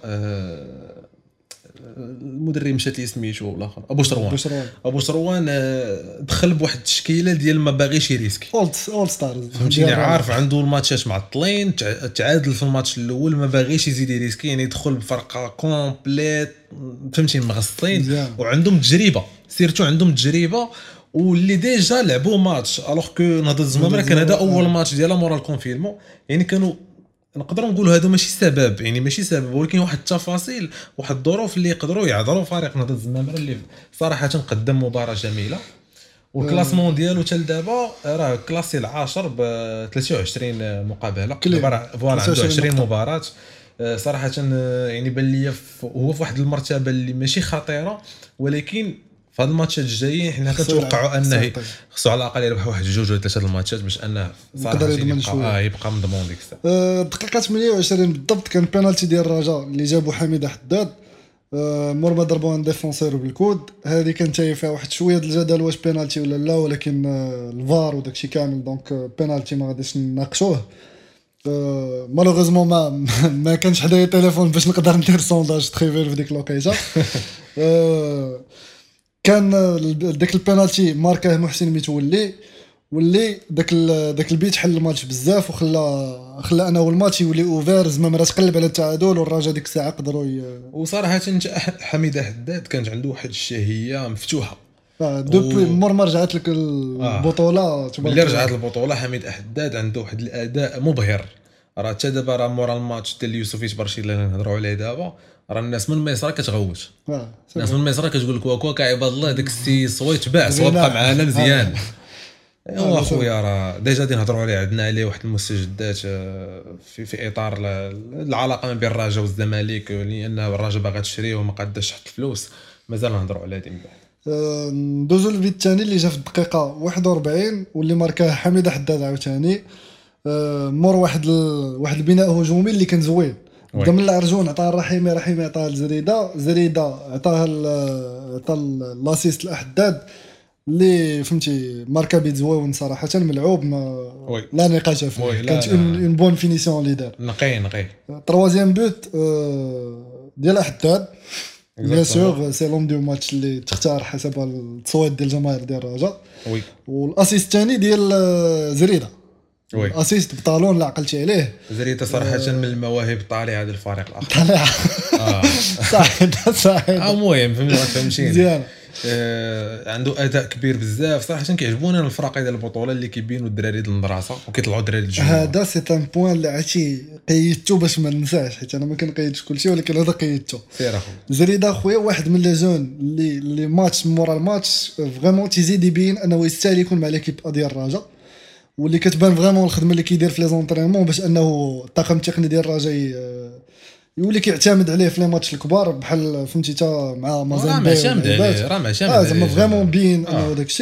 المدرب مشات لي سميتو الاخر ابو شروان ابو شروان دخل بواحد التشكيله ديال ما باغيش يريسكي اولد اول ستارز فهمتيني عارف عنده الماتشات معطلين تعادل في الماتش الاول ما باغيش يزيد يريسكي يعني يدخل بفرقه كومبليت فهمتيني مغسطين وعندهم تجربه سيرتو عندهم تجربه واللي ديجا لعبوا ماتش الوغ كو نهضه الزمامره كان هذا اول ماتش ديالها مورا الكونفينمون يعني كانوا نقدروا نقولوا هذا ماشي سبب يعني ماشي سبب ولكن واحد التفاصيل واحد الظروف اللي يقدروا يعذروا فريق نهضه الزمامره اللي صراحه قدم مباراه جميله والكلاسمون ديالو حتى لدابا راه كلاسي العاشر ب ثلاثة وعشرين مقابله فوالا عنده عشرين مباراه صراحه يعني بان لي هو في واحد المرتبه اللي ماشي خطيره ولكن في هاد الماتشات الجايين حنا كنتوقعوا انه خصو على الاقل يربح واحد جوج ولا ثلاثه الماتشات باش انه صراحه يبقى اه يبقى مضمون ديك الساعه. أه دقيقه ثمانية وعشرين بالضبط كان بينالتي ديال الرجاء اللي جابو حميده حداد أه مور ما ضربوا ان ديفونسور بالكود. هذه كانت فيها واحد شويه ديال الجدل واش بينالتي ولا لا، ولكن أه الفار وداكشي كامل دونك بينالتي ما غاديش نناقشوه. أه مالوغوزمون ما ما كانش حدايا تليفون باش نقدر ندير سونداج تريفير في ديك الوقيته. أه كان داك البينالتي ماركاه محسن متولي واللي داك داك البيت حل الماتش بزاف وخلى خلى انا والماتش يولي اوفير زعما مرات قلب على التعادل والرجاء ديك الساعه قدروا ي... وصراحه حميده حداد كانت عنده واحد الشهيه مفتوحه دوبوي و... مور ما رجعت لك البطوله آه. ملي رجعت البطوله حميده حداد عنده واحد الاداء مبهر. راه حتى دابا راه مورا الماتش ديال يوسفيت برشي اللي نهضروا عليه دابا راه الناس من مصر كتغوت اه الناس من مصر كتقول لك واكا عباد الله داك السي صويت باع صوت بقى معانا مزيان. ايوا اخويا راه ديجا دي نهضروا عليه عندنا عليه واحد المستجدات في في اطار العلاقه ما بين الرجاء والزمالك لان الرجاء باغا تشريه وما قادش تحط الفلوس مازال نهضروا على هذه من بعد. ندوزو للفيديو الثاني اللي جا في الدقيقه واحد وأربعين واللي ماركاه حميده حداد عاوتاني مور واحد ال... واحد البناء هجومي اللي كان زوين. بدا من العرجون عطاه الرحيمي رحيمي عطاه لزريده زريده عطاه عطاه لاسيست الاحداد اللي فهمتي ماركا بيت زوين صراحه ملعوب ما لا نقاش فيه. كانت اون بون فينيسيون اللي دار نقي نقي. تروازيام بوت ديال احداد بيان سور سي لون دو ماتش اللي تختار حسب التصويت ديال الجماهير ديال الرجاء. وي والاسيست الثاني ديال زريده اسيست بطالون اللي عقلتي عليه. زريده صراحه آه من المواهب الطالعه هذا الفريق الاخر طالعه اه صحيح صحيح المهم فهمتي فهمتيني مزيان. آه عنده اداء كبير بزاف صراحه كيعجبوني الفرق ديال البطوله اللي كيبينوا الدراري ديال المدرسه وكيطلعوا الدراري الجدد. هذا سي ان بوين اللي عرفتي قيدتو باش ما ننساش حيت انا ما كنقيدش كلشي ولكن هذا قيدتو. سير اخويا زريده خويا واحد من لي جون اللي اللي ماتش مورا الماتش فريمون تيزيد يبين انه يستاهل يكون مع ليكيب ديال الرجاء واللي كتبان فريمون الخدمه اللي كيدير في لي زونطرينمون باش انه الطاقم التقني ديال الرجاء يولي كيعتمد عليه في لي ماتش الكبار بحال فهمتي تا مع مازال راه ماشي اه زعما فريمون بين انه داكشي.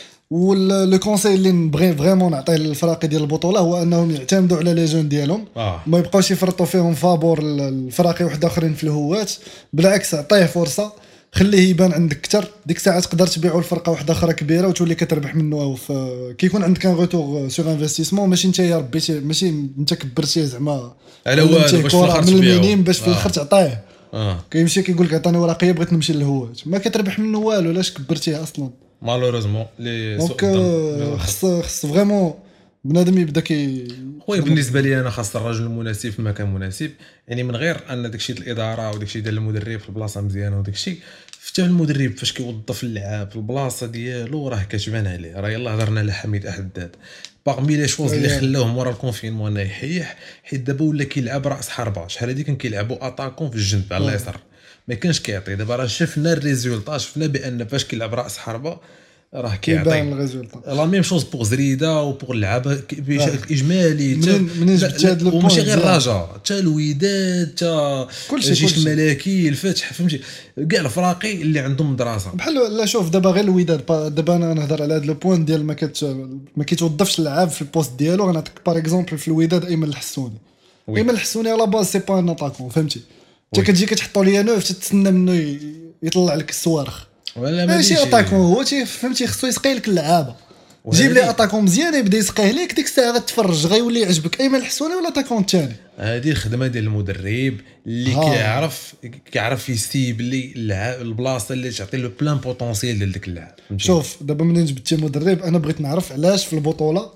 ولو كونساي اللي نبغي فريمون نعطيه للفرق ديال البطوله هو انهم يعتمدوا على لي جون ديالهم آه. ما يبقاوش يفرطوا فيهم فابور الفرق واحد اخرين في الهوات. بالعكس عطيه فرصه خليه يبان عندك اكثر ديك الساعه تقدر تبيعوا الفرقه واحده اخرى كبيره وتولي كتربح منه. كيكون عندك ان روتور سور انفستيسمون ماشي انت يا ربيتي ماشي انت كبرتيه زعما على والو باش في الاخر من المينيم باش في الاخر آه. تعطيه اه كيمشي كيقول لك عطاني ورقيه بغيت نمشي للهوات ما كتربح منه والو لاش كبرتيه اصلا مالوريزمون لي دونك خص خص فريمون بنادم يبدا كي خويا بالنسبه لي انا خاص الرجل المناسب في المكان المناسب يعني من غير ان داكشي ديال الاداره وداكشي ديال المدرب في البلاصه مزيانه وداكشي حتى المدرب فاش كيوظف اللعاب في البلاصه ديالو راه كتبان عليه. راه يلاه هضرنا على حميد احداد باغمي لي شوز اللي خلاوه مورا الكونفينمون انه يحيح حيت دابا ولا كيلعب راس حربه. شحال هادي كان كيلعبوا اتاكون في الجنب على اليسار ما كانش كيعطي. دابا راه شفنا الريزولطا شفنا بان فاش كيلعب راس حربه راه كيعطي لا ميم شوز بوغ زريده وبوغ اللعابه بشكل اجمالي. منين جبت هذا لو وماشي غير الرجاء حتى الوداد حتى الجيش الملكي الفتح فهمتي كاع الفراقي اللي عندهم مدرسه بحال لا. شوف دابا غير الوداد دابا انا نهضر على هذا لو بوين ديال ما كت ما كيتوظفش اللعاب في البوست ديالو. غنعطيك باغ اكزومبل في الوداد ايمن الحسوني ايمن الحسوني على باز سي با ان اتاكون فهمتي انت كتجي كتحطوا ليا نوف تتسنى منه يطلع لك الصوارخ ولا ماشي اتاكون هو فهمتي خصو يسقي لك اللعابه. جيب لي اتاكون مزيان يبدا يسقيه ليك ديك الساعه غتفرج غيولي يعجبك ايمن الحسوني ولا اتاكون الثاني. هذه الخدمه ديال المدرب اللي كيعرف كيعرف يستيب لي البلاصه اللي تعطي له بلان بوتونسييل ديال ديك اللاعب. شوف دابا منين جبتي مدرب انا بغيت نعرف علاش في البطوله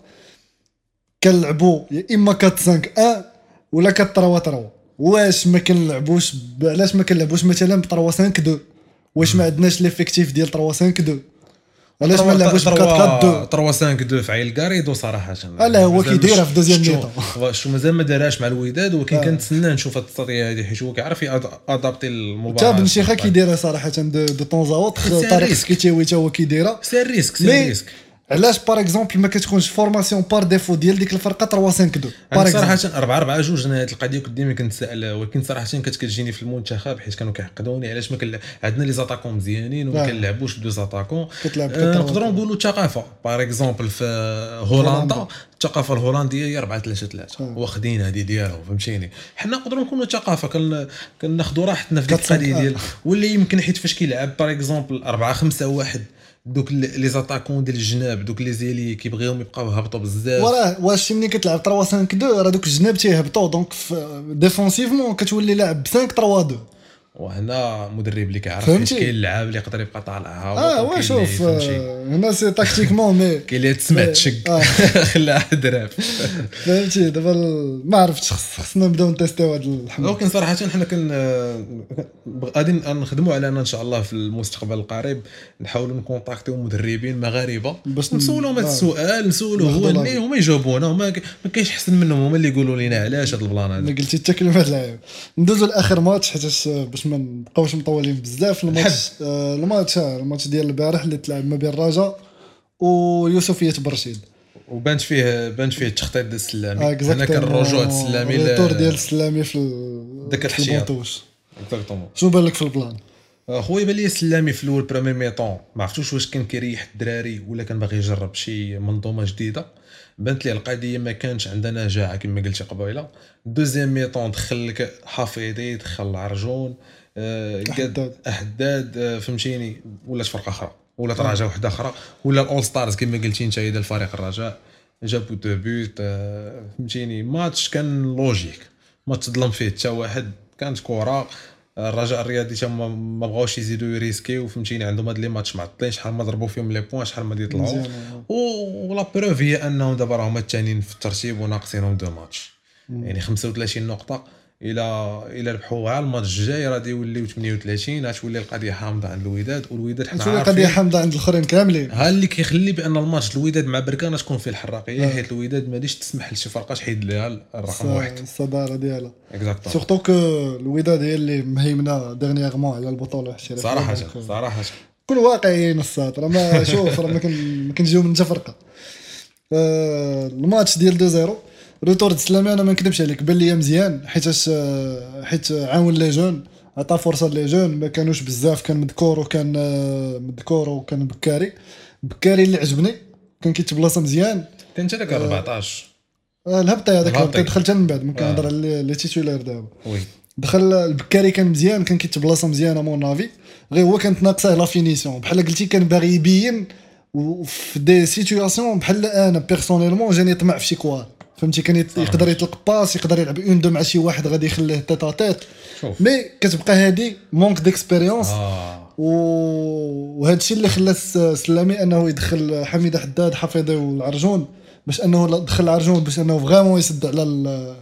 كنلعبوا يا اما أربعة خمسة واحد ولا ثلاثة ثلاثة ثلاثة. واش ما كنلعبوش علاش ما كنلعبوش مثلا ب ثلاثة خمسة اثنين واش ما عندناش ليفيكتيف ديال ثلاثة خمسة اثنين علاش ما نلعبوش ب أربعة أربعة ثلاثة خمسة اثنين في عيل كاريدو صراحه. لا هو كيديرها في دوزيام ميطون شو مازال ما دارهاش مع الوداد ولكن آه. كنتسنى نشوف هاد التطبيق هذه حيت هو كيعرف ادابتي المباراه. تا بن شيخه كيديرها صراحه دو دو طون زاوط طريق سكيتيوي تا هو كيديرها سي ريسك سي ريسك علاش باغ اكزومبل ما كتكونش فورماسيون بار ديفو ديال ديك الفرقه ثلاثة خمسة اثنين باغ صراحه أربعة أربعة جوج انا هذه القضيه كنت ديما كنتسائل ولكن صراحه كانت كتجيني في المنتخب حيت كانوا كيعقدوني علاش ما كان عندنا لي زاتاكون مزيانين وما كنلعبوش بدو زاتاكون. نقدروا نقولوا الثقافه باغ اكزومبل في هولندا الثقافه الهولنديه هي أربعة ثلاثة ثلاثة واخدين هذه ديالهم فهمتيني. حنا نقدروا نكونوا ثقافه كن كناخذوا راحتنا في ديك القضيه ديال واللي يمكن حيت فاش كيلعب باغ اكزومبل أربعة خمسة واحد دوك لي زاتاكون ديال الجناب دوك لي زيلي كيبغيوهم يبقاو هبطوا بزاف وراه واش ملي كتلعب ثلاثة خمسة اثنين راه دوك الجناب تيهبطوا دونك ديفونسيفمون كتولي لاعب خمسة ثلاثة اثنين وهنا مدرب اللي كيعرف فاش كاين اللاعب اللي يقدر يبقى طالع اه وا شوف هنا سي تاكتيكمون مي كاين اللي تسمع تشك خلاها دراب فهمتي. دابا ما عرفتش خصنا نبداو نتيستيو هذا الحمل. ولكن صراحه حنا كن غادي نخدموا على ان شاء الله في المستقبل القريب نحاولوا نكونتاكتيو مدربين مغاربه باش نسولهم هذا السؤال نسولوه هو اللي هما يجاوبونا وما ما كاينش احسن منهم هما اللي يقولوا لنا علاش هذا البلان هذا. قلتي حتى كلمه اللاعب. ندوزو لاخر ماتش حيت باش ما نبقاوش مطولين بزاف. الماتش آه الماتش الماتش ديال البارح اللي تلعب ما بين الرجاء ويوسفيه برشيد وبانت فيه بانت فيه التخطيط ديال السلامي. انا كان الرجوع السلامي التور ديال السلامي في داك الحشيه اكزاكتومون. شنو بان لك في البلان خويا؟ بان لي السلامي في الاول بريمير ميطون ما عرفتوش واش كان كيريح الدراري ولا كان باغي يجرب شي منظومه جديده. بانت لي القضيه ما كانش عندنا نجاعه كما قلتي قبيله. دوزيام ميطون دخل لك حفيظي دخل العرجون أحداد أحداد فهمتيني ولات فرقه اخرى ولا تراجع وحده اخرى ولا الاول ستارز كما قلتي انت ديال الفريق الرجاء جابوا دو بوت فهمتيني. ماتش كان لوجيك ما تظلم فيه حتى واحد. كانت كره الرجاء الرياضي تما ما بغاوش يزيدوا يريسكيو فهمتيني. عندهم هاد لي ماتش معطلين شحال ما ضربوا فيهم لي بوين شحال ما يطلعوا ولا بروف هي انهم دابا راهم الثانيين في الترتيب وناقصينهم دو ماتش يعني خمسة وثلاثين نقطه. الى الى ربحوا على الماتش الجاي غادي يوليو ثمانية وثلاثين غتولي القضيه حامضه عند الوداد والوداد حنا عارفين القضيه حامضه عند الاخرين كاملين. ها اللي كيخلي بان الماتش الوداد مع بركان تكون فيه الحراقيه حيت الوداد ماليش تسمح لشي فرقه تحيد ليها الرقم واحد الصداره ديالها اكزاكتو. سورتو كو الوداد هي اللي مهيمنه ديرنييرمون على البطوله الاحترافيه صراحه صراحه كل واقعيين الساط راه ما شوف راه ما كنجيو من حتى فرقه. الماتش ديال اثنين صفر روتور السلامي انا ما نكذبش عليك بان لي مزيان حيت حيت عاون لي جون عطى فرصه لي جون ما كانوش بزاف. كان مذكور وكان مذكور وكان بكاري بكاري اللي عجبني كان كيتبلاصه مزيان. كان هذاك أربعطاش اه الهبطه هذاك دخلت من بعد ممكن نهضر على لي تيتولير دابا. وي دخل البكاري كان مزيان كان كيتبلاصه مزيانه مون نافي غير هو كانت ناقصه لا فينيسيون بحال قلتي كان باغي يبين وفي دي سيتوياسيون بحال انا بيرسونيلمون جاني طمع في شي كوار فهمتي. كان يقدر يطلق باس يقدر يلعب اون دو مع شي واحد غادي يخليه تيت تيت مي كتبقى هادي مونك ديكسبيريونس آه. وهذا الشيء اللي خلى السلامي انه يدخل حميده حداد حفيظي والعرجون باش انه دخل العرجون باش انه فريمون يسد على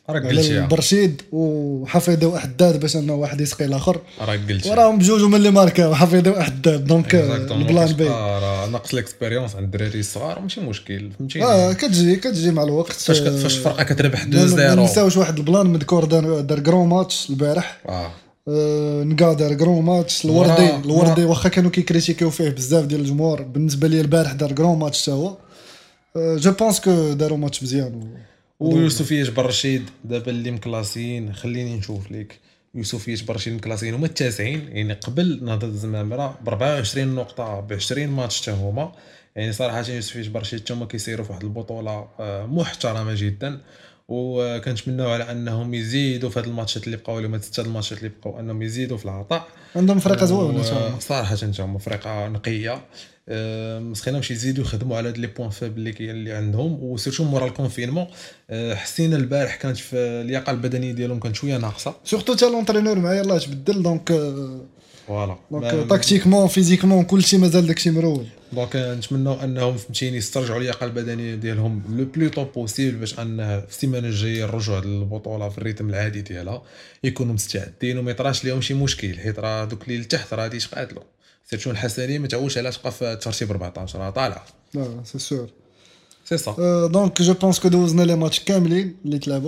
البرشيد وحفيظي وحداد باش انه واحد يسقي الاخر. راك قلتي وراهم بجوج هما اللي ماركاو حفيظي وحداد دونك البلان بي راه ناقص الاكسبيريونس عند الدراري الصغار ماشي مشكل فهمتيني. اه كتجي كتجي مع الوقت فاش فاش فرقه كتربح اثنين صفر ما نساوش واحد البلان مذكور دار دار كرون ماتش البارح اه أه نقادر كرون ماتش الوردي الوردي واخا كانوا كيكريتيكيو فيه بزاف ديال الجمهور بالنسبه لي البارح دار كرون ماتش حتى هو أه جو بونس كو داروا ماتش مزيان. ويوسفيه برشيد دابا اللي مكلاسيين خليني نشوف لك يوسفيه برشيد مكلاسيين هما التاسعين يعني قبل نهضه الزمامره ب أربعة وعشرين نقطه ب عشرين ماتش حتى هما يعني صراحه يوسفيه برشيد هما كيسيروا في واحد البطوله محترمه جدا وكنتمناو على انهم يزيدوا في هاد الماتشات اللي بقاو لهم هاد ست الماتشات اللي بقاو انهم يزيدوا في العطاء. عندهم فرقه زوينه صراحه هما فرقه نقيه مسخيناوش يزيدوا يخدموا على هاد لي بوين فابل اللي اللي عندهم وسيرتو مورا الكونفينمون. حسينا البارح كانت في اللياقه البدنيه ديالهم كانت شويه ناقصه سورتو حتى لونترينور مع يلاه تبدل دونك فوالا دونك تاكتيكمون فيزيكمون كلشي مازال داكشي مرول. دونك نتمنوا انهم فهمتيني يسترجعوا اللياقه البدنيه ديالهم لو بلو طو بوسيبل باش ان في السيمانه الجايه الرجوع للبطوله في الريتم العادي ديالها يكونوا مستعدين وما يطراش لهم شي مشكل حيت راه دوك اللي لتحت راه غادي يتقاتلوا. سيرتو الحسنيه ما تعوش على تبقى في الترتيب أربعطاش راه طالعه. اه سي سور سي صا دونك جو بونس كو دوزنا لي ماتش كاملين اللي تلعبوا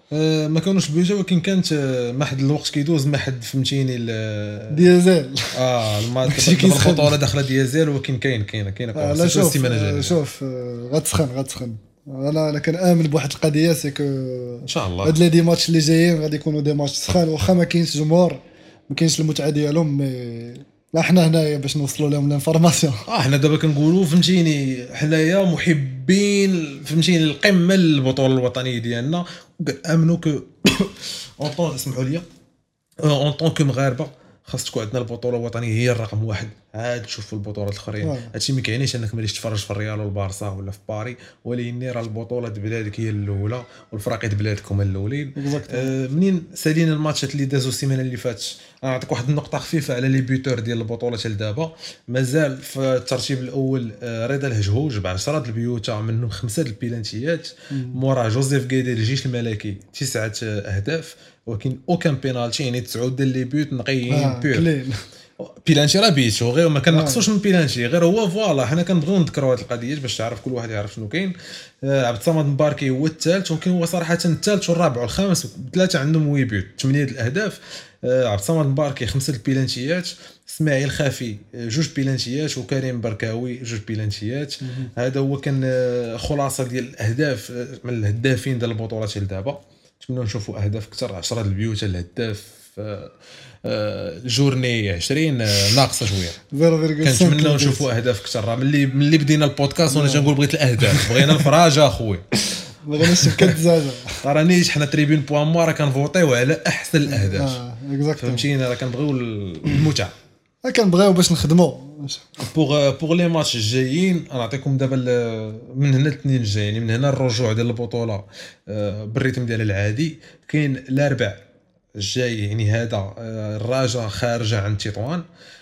أه ما كانوش بيوجا ولكن كانت ما حد الوقت كيدوز ما حد فهمتيني ديازل اه البطوله داخله ديازل ولكن كاين كاين كاين لا شوف شوف غتسخن غتسخن انا انا كنامن بواحد القضيه سي كو ان شاء الله هاد لي دي ماتش اللي جايين غادي يكونوا دي ماتش سخان واخا ما كاينش جمهور ما كاينش المتعه ديالهم مي لا حنا هنايا باش نوصلوا لهم الانفورماسيون اه حنا دابا كنقولوا فهمتيني حنايا محبين فهمتيني القمه للبطوله الوطنيه ديالنا وكنامنوا كو اون طون اسمحوا لي اون طون كو مغاربه خاص تكون عندنا البطوله الوطنيه هي الرقم واحد عاد تشوفوا البطولات الاخرين. هادشي ما كيعنيش انك ماليش تفرج في الريال والبارسا ولا في باري ولكن راه البطوله د بلادك هي الاولى والفرق د بلادكم الاولين. آه منين سالينا الماتشات اللي دازوا السيمانه اللي فاتت انا نعطيك واحد النقطه خفيفه على لي بيوتور ديال البطوله حتى لدابا. مازال في الترتيب الاول آه رضا الهجهوج ب عشرة البيوتا منهم خمسه البيلانتيات مورا جوزيف غيدي الجيش الملكي تسعه اهداف ولكن اوكان بينالتي يعني تسعود ديال لي بيوت نقيين آه بيور بيلانتي راه بيتو غير ما كنقصوش من بيلانتي غير هو فوالا حنا كنبغيو نذكروا هذه القضيه باش تعرف كل واحد يعرف شنو كاين. آه عبد الصمد مباركي هو الثالث ولكن هو صراحه الثالث والرابع والخامس ثلاثه عندهم ويبيوت ثمانيه الاهداف. آه عبد الصمد مباركي خمسه البيلانتيات اسماعيل خافي جوج بيلانتيات وكريم بركاوي جوج بيلانتيات. هذا هو كان خلاصه ديال الاهداف من الهدافين ديال البطوله حتى لدابا. نتمنى نشوفوا اهداف اكثر عشرة البيوت الهداف الجورني عشرين ناقصه شويه كنتمنى نشوفوا اهداف اكثر. ملي ملي بدينا البودكاست وانا تنقول بغيت الاهداف بغينا الفراجه اخويا ما بغيناش الكدزاجه رانيش حنا تريبين بوان مو راه كنفوطيو على احسن الاهداف اه فهمتيني راه كنبغيو المتعه كنبغيو باش نخدموا بوغ بوغ لي ماتش الجايين. نعطيكم دابا من هنا الاثنين الجايين من هنا الرجوع ديال البطوله بالريتم ديال العادي. كاين الاربع الجاي يعني هذا الرجاء خارجه عن تطوان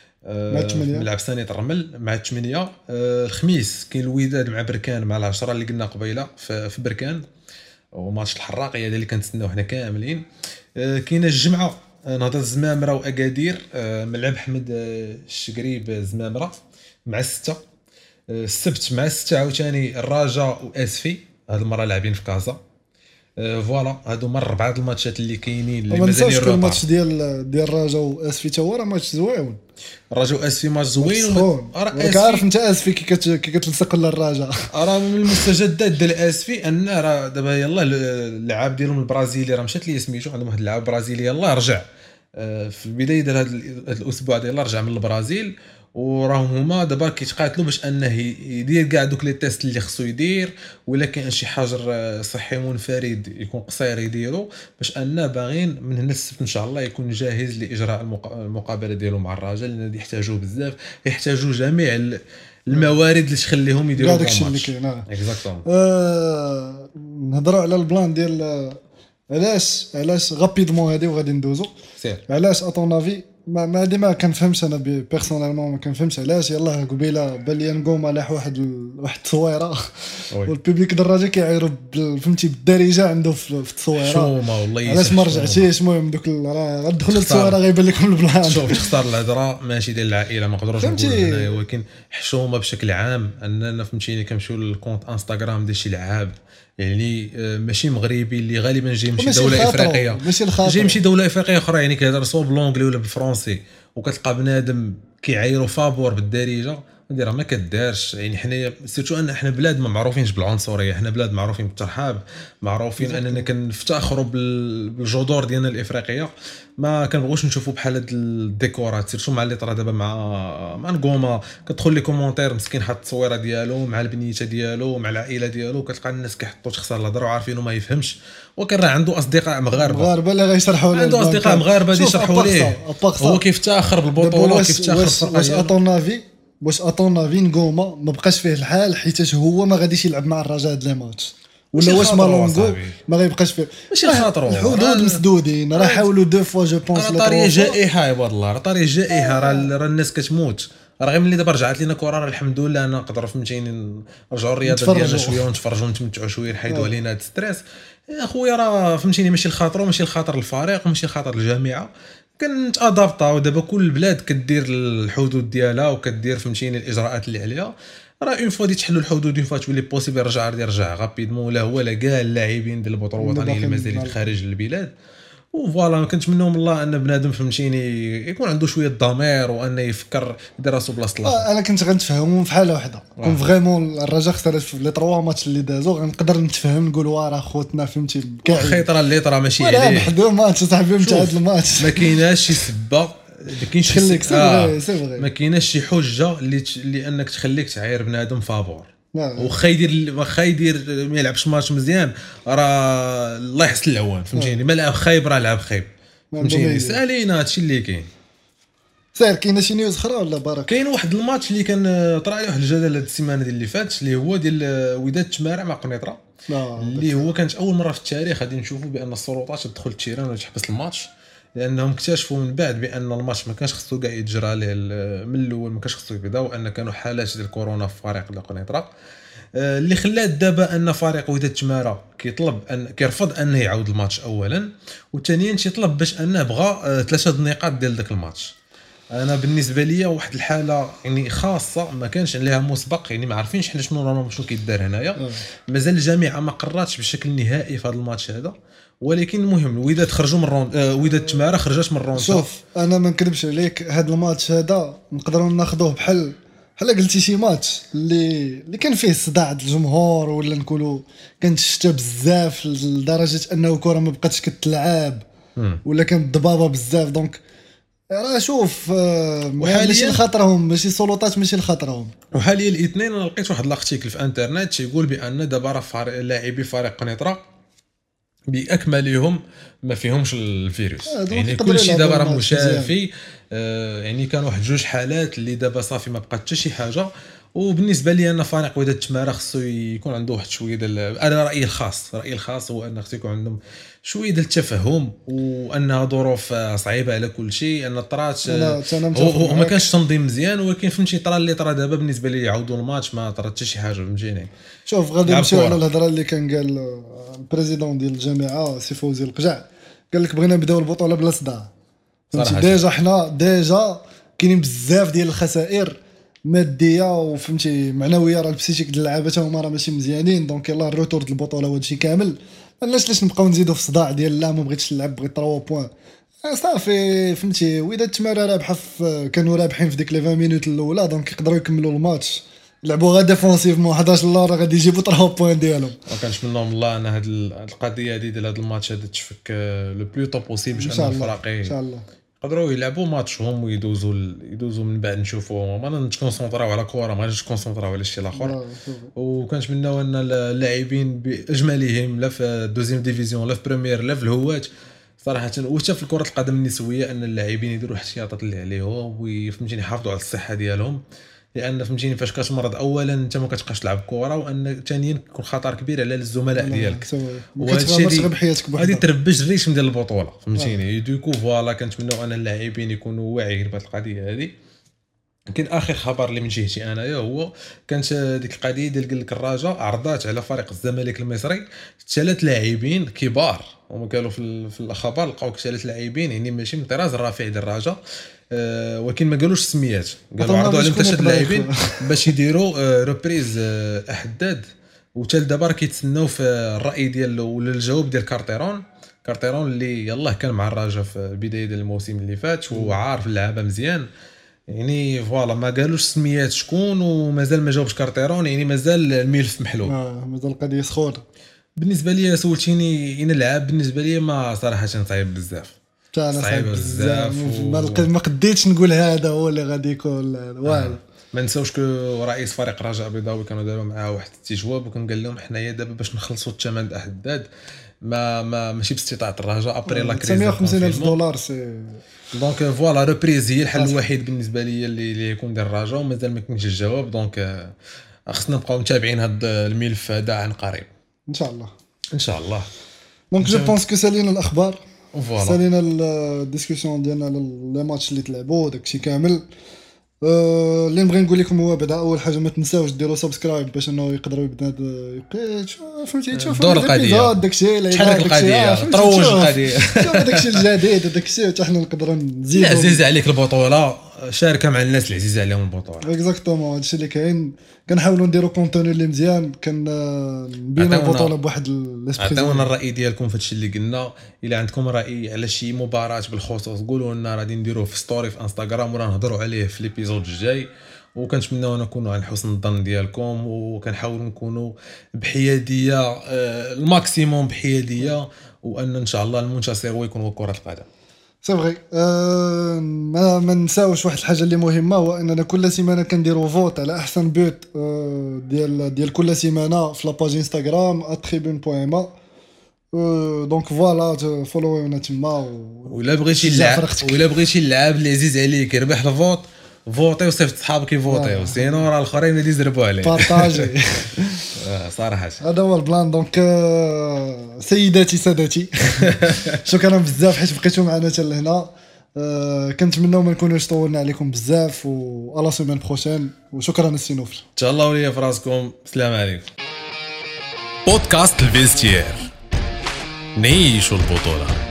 ملعب سانية الرمل مع الثمانية. الخميس كاين الوداد مع بركان مع العشرة اللي قلنا قبيله في بركان وماتش الحراقيه هذا اللي كنتسناو حنا كاملين. كاينه الجمعه نهضه الزمامره واكادير ملعب احمد الشقريب الزمامره مع الستة. السبت مع الستة عاوتاني الرجاء واسفي هذه المره لاعبين في كازا. فوالا هادو من ربعه الماتشات اللي كاينين اللي مازال يروحوا. الماتش ديال ديال الرجاء واسفي تا هو راه ماتش زوين. الرجاء واسفي ماتش زوين راه عارف انت اسفي كي كتلصق للرجاء راه من المستجدات ديال اسفي ان راه دابا يلاه اللعاب ديالهم البرازيلي راه مشات لي سميتو عندهم واحد اللعاب برازيلي يلاه رجع في البدايه ديال هذا الاسبوع ديال رجع من البرازيل وراهم هما دابا كيتقاتلوا باش انه يدير كاع دوك لي تيست اللي خصو يدير ولا كاين شي حجر صحي منفرد يكون قصير يديرو باش انه باغيين من هنا السبت ان شاء الله يكون جاهز لاجراء المقابله ديالو مع الرجاء لان يحتاجوه بزاف يحتاجوا جميع الموارد اللي تخليهم يديروا داكشي اللي كاين اكزاكتومون. آه نهضروا على البلان ديال علاش علاش غابيدمون هادي وغادي ندوزو سير علاش اطونافي ما ما هادي ما كنفهمش انا بيرسونيلمون ما كنفهمش علاش. يلاه قبيله بان لي نقوم لاح واحد ال... واحد التصويره والبوبليك دراجه كيعايروا فهمتي بالدارجه عنده في التصويره شوما والله علاش ما رجعتيش. المهم دوك راه غتدخلوا التصويره غيبان لكم البلان. شوف تختار الهضره ماشي ديال العائله ما نقدروش نقولوا هنايا ولكن حشومه بشكل عام اننا فهمتيني كنمشيو للكونت انستغرام ديال شي لعاب يعني ماشي مغربي اللي غالبا جاي من شي دوله افريقيه جاي من شي دوله افريقيه اخرى يعني كيهضر سوا بالونجلي ولا بالفرنسي وكتلقى بنادم كيعايروا فابور بالدارجه هادي راه ما كدارش. يعني حنايا سيرتو ان حنا بلاد ما معروفينش بالعنصريه حنا بلاد معروفين بالترحاب معروفين اننا كنفتخروا بالجذور ديالنا الافريقيه ما كنبغوش نشوفوا بحال هاد الديكورات سيرتو مع اللي طرا دابا مع مع نقوما كتدخل لي كومونتير مسكين حط التصويره ديالو مع البنيته ديالو مع العائله ديالو كتلقى الناس كيحطوا تخسر الهضره وعارفينه ما يفهمش وكان راه عنده اصدقاء مغاربه مغاربه اللي غيشرحوا له عنده اصدقاء مغاربه اللي يشرحوا ليه هو كيفتخر بالبطوله كيفتخر بالفرقه واش اطونافي واش اطونافي نقوما ما بقاش فيه الحال حيتاش هو ما غاديش يلعب مع الرجاء هاد لي ماتش ولا واش مالونغو ما غيبقاش فيه ماشي خاطرو الحدود مسدودين راه حاولوا دو فوا جو بونس راه طاريه جائحه عباد الله راه طاريه جائحه راه الناس كتموت راه غير ملي دابا رجعت لينا كره راه الحمد لله انا نقدر فهمتيني نرجعوا الرياضه ديالنا شويه ونتفرجوا ونتمتعوا شويه نحيدوا علينا هاد ستريس اخويا راه فهمتيني ماشي الخاطر ماشي الخاطر الفريق وماشي الخاطر الجامعه كنتادابطاو دابا كل بلاد كدير الحدود ديالها وكدير فهمتيني الاجراءات اللي عليها راه اون فوا دي تحلوا الحدود اون فوا تولي بوسيبل يرجع يرجع غابيدمون ولا هو لا كاع اللاعبين ديال البطوله الوطنيه اللي مازالين خارج البلاد. وفوالا ما كنتمنوا من الله ان بنادم فهمتيني يكون عنده شويه ضمير وانه يفكر يدير راسو بلاصه الاخر. آه انا كنت غنتفهمهم في حاله واحده كون فريمون الرجاء خسرت في لي تروا ماتش اللي دازو غنقدر نتفهم نقول واه راه خوتنا فهمتي كاع الخيطره اللي طرا ماشي عليه عليه حدو ماتش صاحبي متعادل الماتش ما كايناش شي سبه ما كاينش خليك سي فري سي فري ما كايناش شي حجه اللي اللي انك تخليك تعاير بنادم فابور. نعم. وخا يدير واخا يدير ما يلعبش ماتش مزيان راه الله يحسن العوان فهمتيني ما لعب خايب راه لعب خايب فهمتيني سالينا هادشي اللي كاين. سير كاينه شي نيوز اخرى ولا بارك؟ كاين واحد الماتش اللي كان طرا عليه واحد الجدل هاد السيمانه ديال اللي فاتت اللي هو ديال وداد تمارع مع قنيطره اللي هو كانت اول مره في التاريخ غادي نشوفوا بان السلطات تدخل التيران وتحبس الماتش لانهم اكتشفوا من بعد بان الماتش ما كانش خصو كاع يتجرى ليه من الاول ما كانش خصو يبدا وان كانوا حالات ديال كورونا في فريق القنيطره اللي خلات دابا ان فريق وداد تمارا كيطلب ان كيرفض انه يعاود الماتش اولا وثانيا تيطلب باش انه بغى ثلاثه النقاط ديال داك الماتش. انا بالنسبه لي واحد الحاله يعني خاصه ما كانش عليها مسبق يعني ما عارفينش حنا شنو رانا شنو كيدار هنايا مازال الجامعه ما قررتش بشكل نهائي في هذا الماتش هذا ولكن المهم الوداد خرجوا من الروند آه وداد تمارا خرجت من الروند. شوف انا ما نكذبش عليك هذا الماتش هذا نقدروا ناخذوه بحال بحال قلتي شي ماتش اللي اللي كان فيه صداع د الجمهور ولا نقولوا كانت الشتا بزاف لدرجه انه الكره ما بقاتش كتلعب ولا كانت ضبابه بزاف دونك راه شوف ماشي لخاطرهم ماشي سلطات ماشي لخاطرهم. وحاليا الاثنين انا لقيت واحد الارتيكل في انترنت تيقول بان دابا راه لاعبي فريق قنيطره باكملهم ما فيهمش الفيروس يعني كل شيء دابا راه مشافي آه يعني كان واحد جوج حالات اللي دابا صافي ما بقات حتى شي حاجه. وبالنسبه لي انا فريق وداد تمارا خصو يكون عنده واحد شويه ديال انا رايي الخاص رايي الخاص هو ان خصو يكون عندهم شويه ديال التفهم وانها ظروف صعيبه على كل شيء ان طرات هو ما كانش تنظيم مزيان ولكن فهمتي طرا اللي طرا دابا بالنسبه لي يعاودوا الماتش ما طرات حتى شي حاجه فهمتيني. شوف غادي نمشيو على الهضره اللي كان قال البريزيدون ديال الجامعه سي فوزي القجع قال لك بغينا نبداو البطوله بلا صداع فهمتي ديجا حنا ديجا كاينين بزاف ديال الخسائر ماديه وفهمتي معنويه راه البسيتيك ديال اللعابه تا هما راه ماشي مزيانين دونك يلاه الروتور ديال البطوله وهذا الشيء كامل علاش لاش نبقاو نزيدوا في الصداع ديال لا ما بغيتش نلعب بغيت ثلاثة بوين صافي فهمتي وداد تمارا رابحه كانوا رابحين في ديك لي عشرين مينوت الاولى دونك يقدروا يكملوا الماتش لعبوا غير ديفونسيفمون حداش لا راه غادي يجيبوا ثلاثة بوين ديالهم. ما كانش منهم الله انا هاد القضيه هذه ديال هذا الماتش هذا تفك لو بلو طو بوسيبل باش ان الفريقين ان شاء الله يقدروا يلعبوا ماتشهم ويدوزوا يدوزوا من بعد نشوفوا ما نتكونسونطراو على كره ما نجيش نتكونسونطراو على شي الاخر. وكنتمناو ان اللاعبين باجمالهم لا في الدوزيام ديفيزيون لا في بريمير لا في الهوات صراحه وحتى في كره القدم النسويه ان اللاعبين يديروا احتياطات اللي عليهم وفهمتيني يحافظوا على الصحه ديالهم لان فهمتيني فاش كتمرض اولا انت ما كتبقاش تلعب كره وان ثانيا يكون خطر كبير على الزملاء ديالك وهذا الشيء غادي تربج الريتم ديال البطوله فهمتيني دوكو فوالا كنتمنوا ان اللاعبين يكونوا واعيين بهذه القضيه هذه. كاين اخر خبر اللي من جهتي انايا هو كانت ديك القضيه ديال قال لك الرجاء عرضات على فريق الزمالك المصري ثلاث لاعبين كبار هما قالوا في في الاخبار لقاو ثلاث لاعبين يعني ماشي من طراز الرافع ديال الرجاء أه ولكن ما قالوش السميات قالوا عرضوا عليهم ثلاثه لاعبين باش يديروا أه روبريز أه احداد وتال دابا كيتسناو في الراي ديال ولا الجواب ديال كارتيرون كارتيرون اللي يلاه كان مع الرجاء في بدايه الموسم اللي فات وعارف اللعابه مزيان يعني فوالا ما قالوش سميات شكون ومازال ما جاوبش كارتيرون يعني مازال الملف محلول اه مازال القضيه سخونه. بالنسبه لي سولتيني ان اللعاب بالنسبه لي ما صراحه صعيب بزاف صعيب بزاف و... ما قديتش نقول هذا هو اللي غادي يكون والو آه. ما نساوش كو رئيس فريق رجاء بيضاوي كانوا دابا معاه واحد التجواب وكان قال لهم حنايا دابا باش نخلصوا الثمن تاع حداد ما ما ماشي باستطاعه الرجاء ابري لا كريز تسعمية وخمسين ألف دولار سي دونك فوالا ريبريز هي الحل الوحيد بالنسبه لي اللي, اللي يكون ديال الرجاء ومازال ما كاينش الجواب دونك خصنا نبقاو متابعين هذا الملف هذا عن قريب ان شاء الله ان شاء الله. دونك جو بونس كو سالينا الاخبار فوالا سالينا الديسكوسيون ديالنا على لي ماتش اللي تلعبوا داكشي كامل. أه اللي نبغي نقول لكم هو بعدا اول حاجه ما تنساوش ديروا سبسكرايب باش انه يقدروا يبدا فهمتي تشوفوا دور القضيه داكشي اللي شحال القضيه تروج القضيه داكشي الجديد داكشي حتى حنا نقدروا نزيدوا عزيز عليك البطوله شاركه مع الناس العزيزه عليهم البطوله. اكزاكتومون هادشي اللي كاين. كنحاولوا نديروا كونتوني اللي مزيان، كنبينوا البطوله بواحد ليسبري. عطيونا الراي ديالكم في هادشي اللي قلنا. الا عندكم راي على شي مباراه بالخصوص قولوا لنا، غادي نديروه في ستوري في انستغرام ولا نهضروا عليه في ليبيزود الجاي. وكنتمناو نكونوا على حسن الظن ديالكم، وكنحاولوا نكونوا بحياديه الماكسيموم بحياديه، وان ان شاء الله المنتصر هو يكون هو كره القدم. سي فري. أه ما ما نساوش واحد الحاجه اللي مهمه، هو اننا كل سيمانه كنديروا فوت على احسن بوت أه ديال ديال كل سيمانه في لاباج انستغرام @tribune point m a. أه دونك فوالا فولوونا تما. ولا بغيتي اللعب ولا بغيتي اللعاب اللي عزيز عليك يربح الفوت، فوتي وصيفط صحابك يفوتيو، سينو راه الاخرين اللي يزربوا عليه. بارطاجي. صراحه هذا هو البلان. دونك سيداتي سادتي شكرا بزاف حيت بقيتوا معنا حتى لهنا. كنتمنوا ما نكونوش طولنا عليكم بزاف، و على سيمين بروشين. وشكرا السينوفل. تهلاو ليا في راسكم. السلام عليكم. بودكاست الفيستير، نعيشوا البطوله.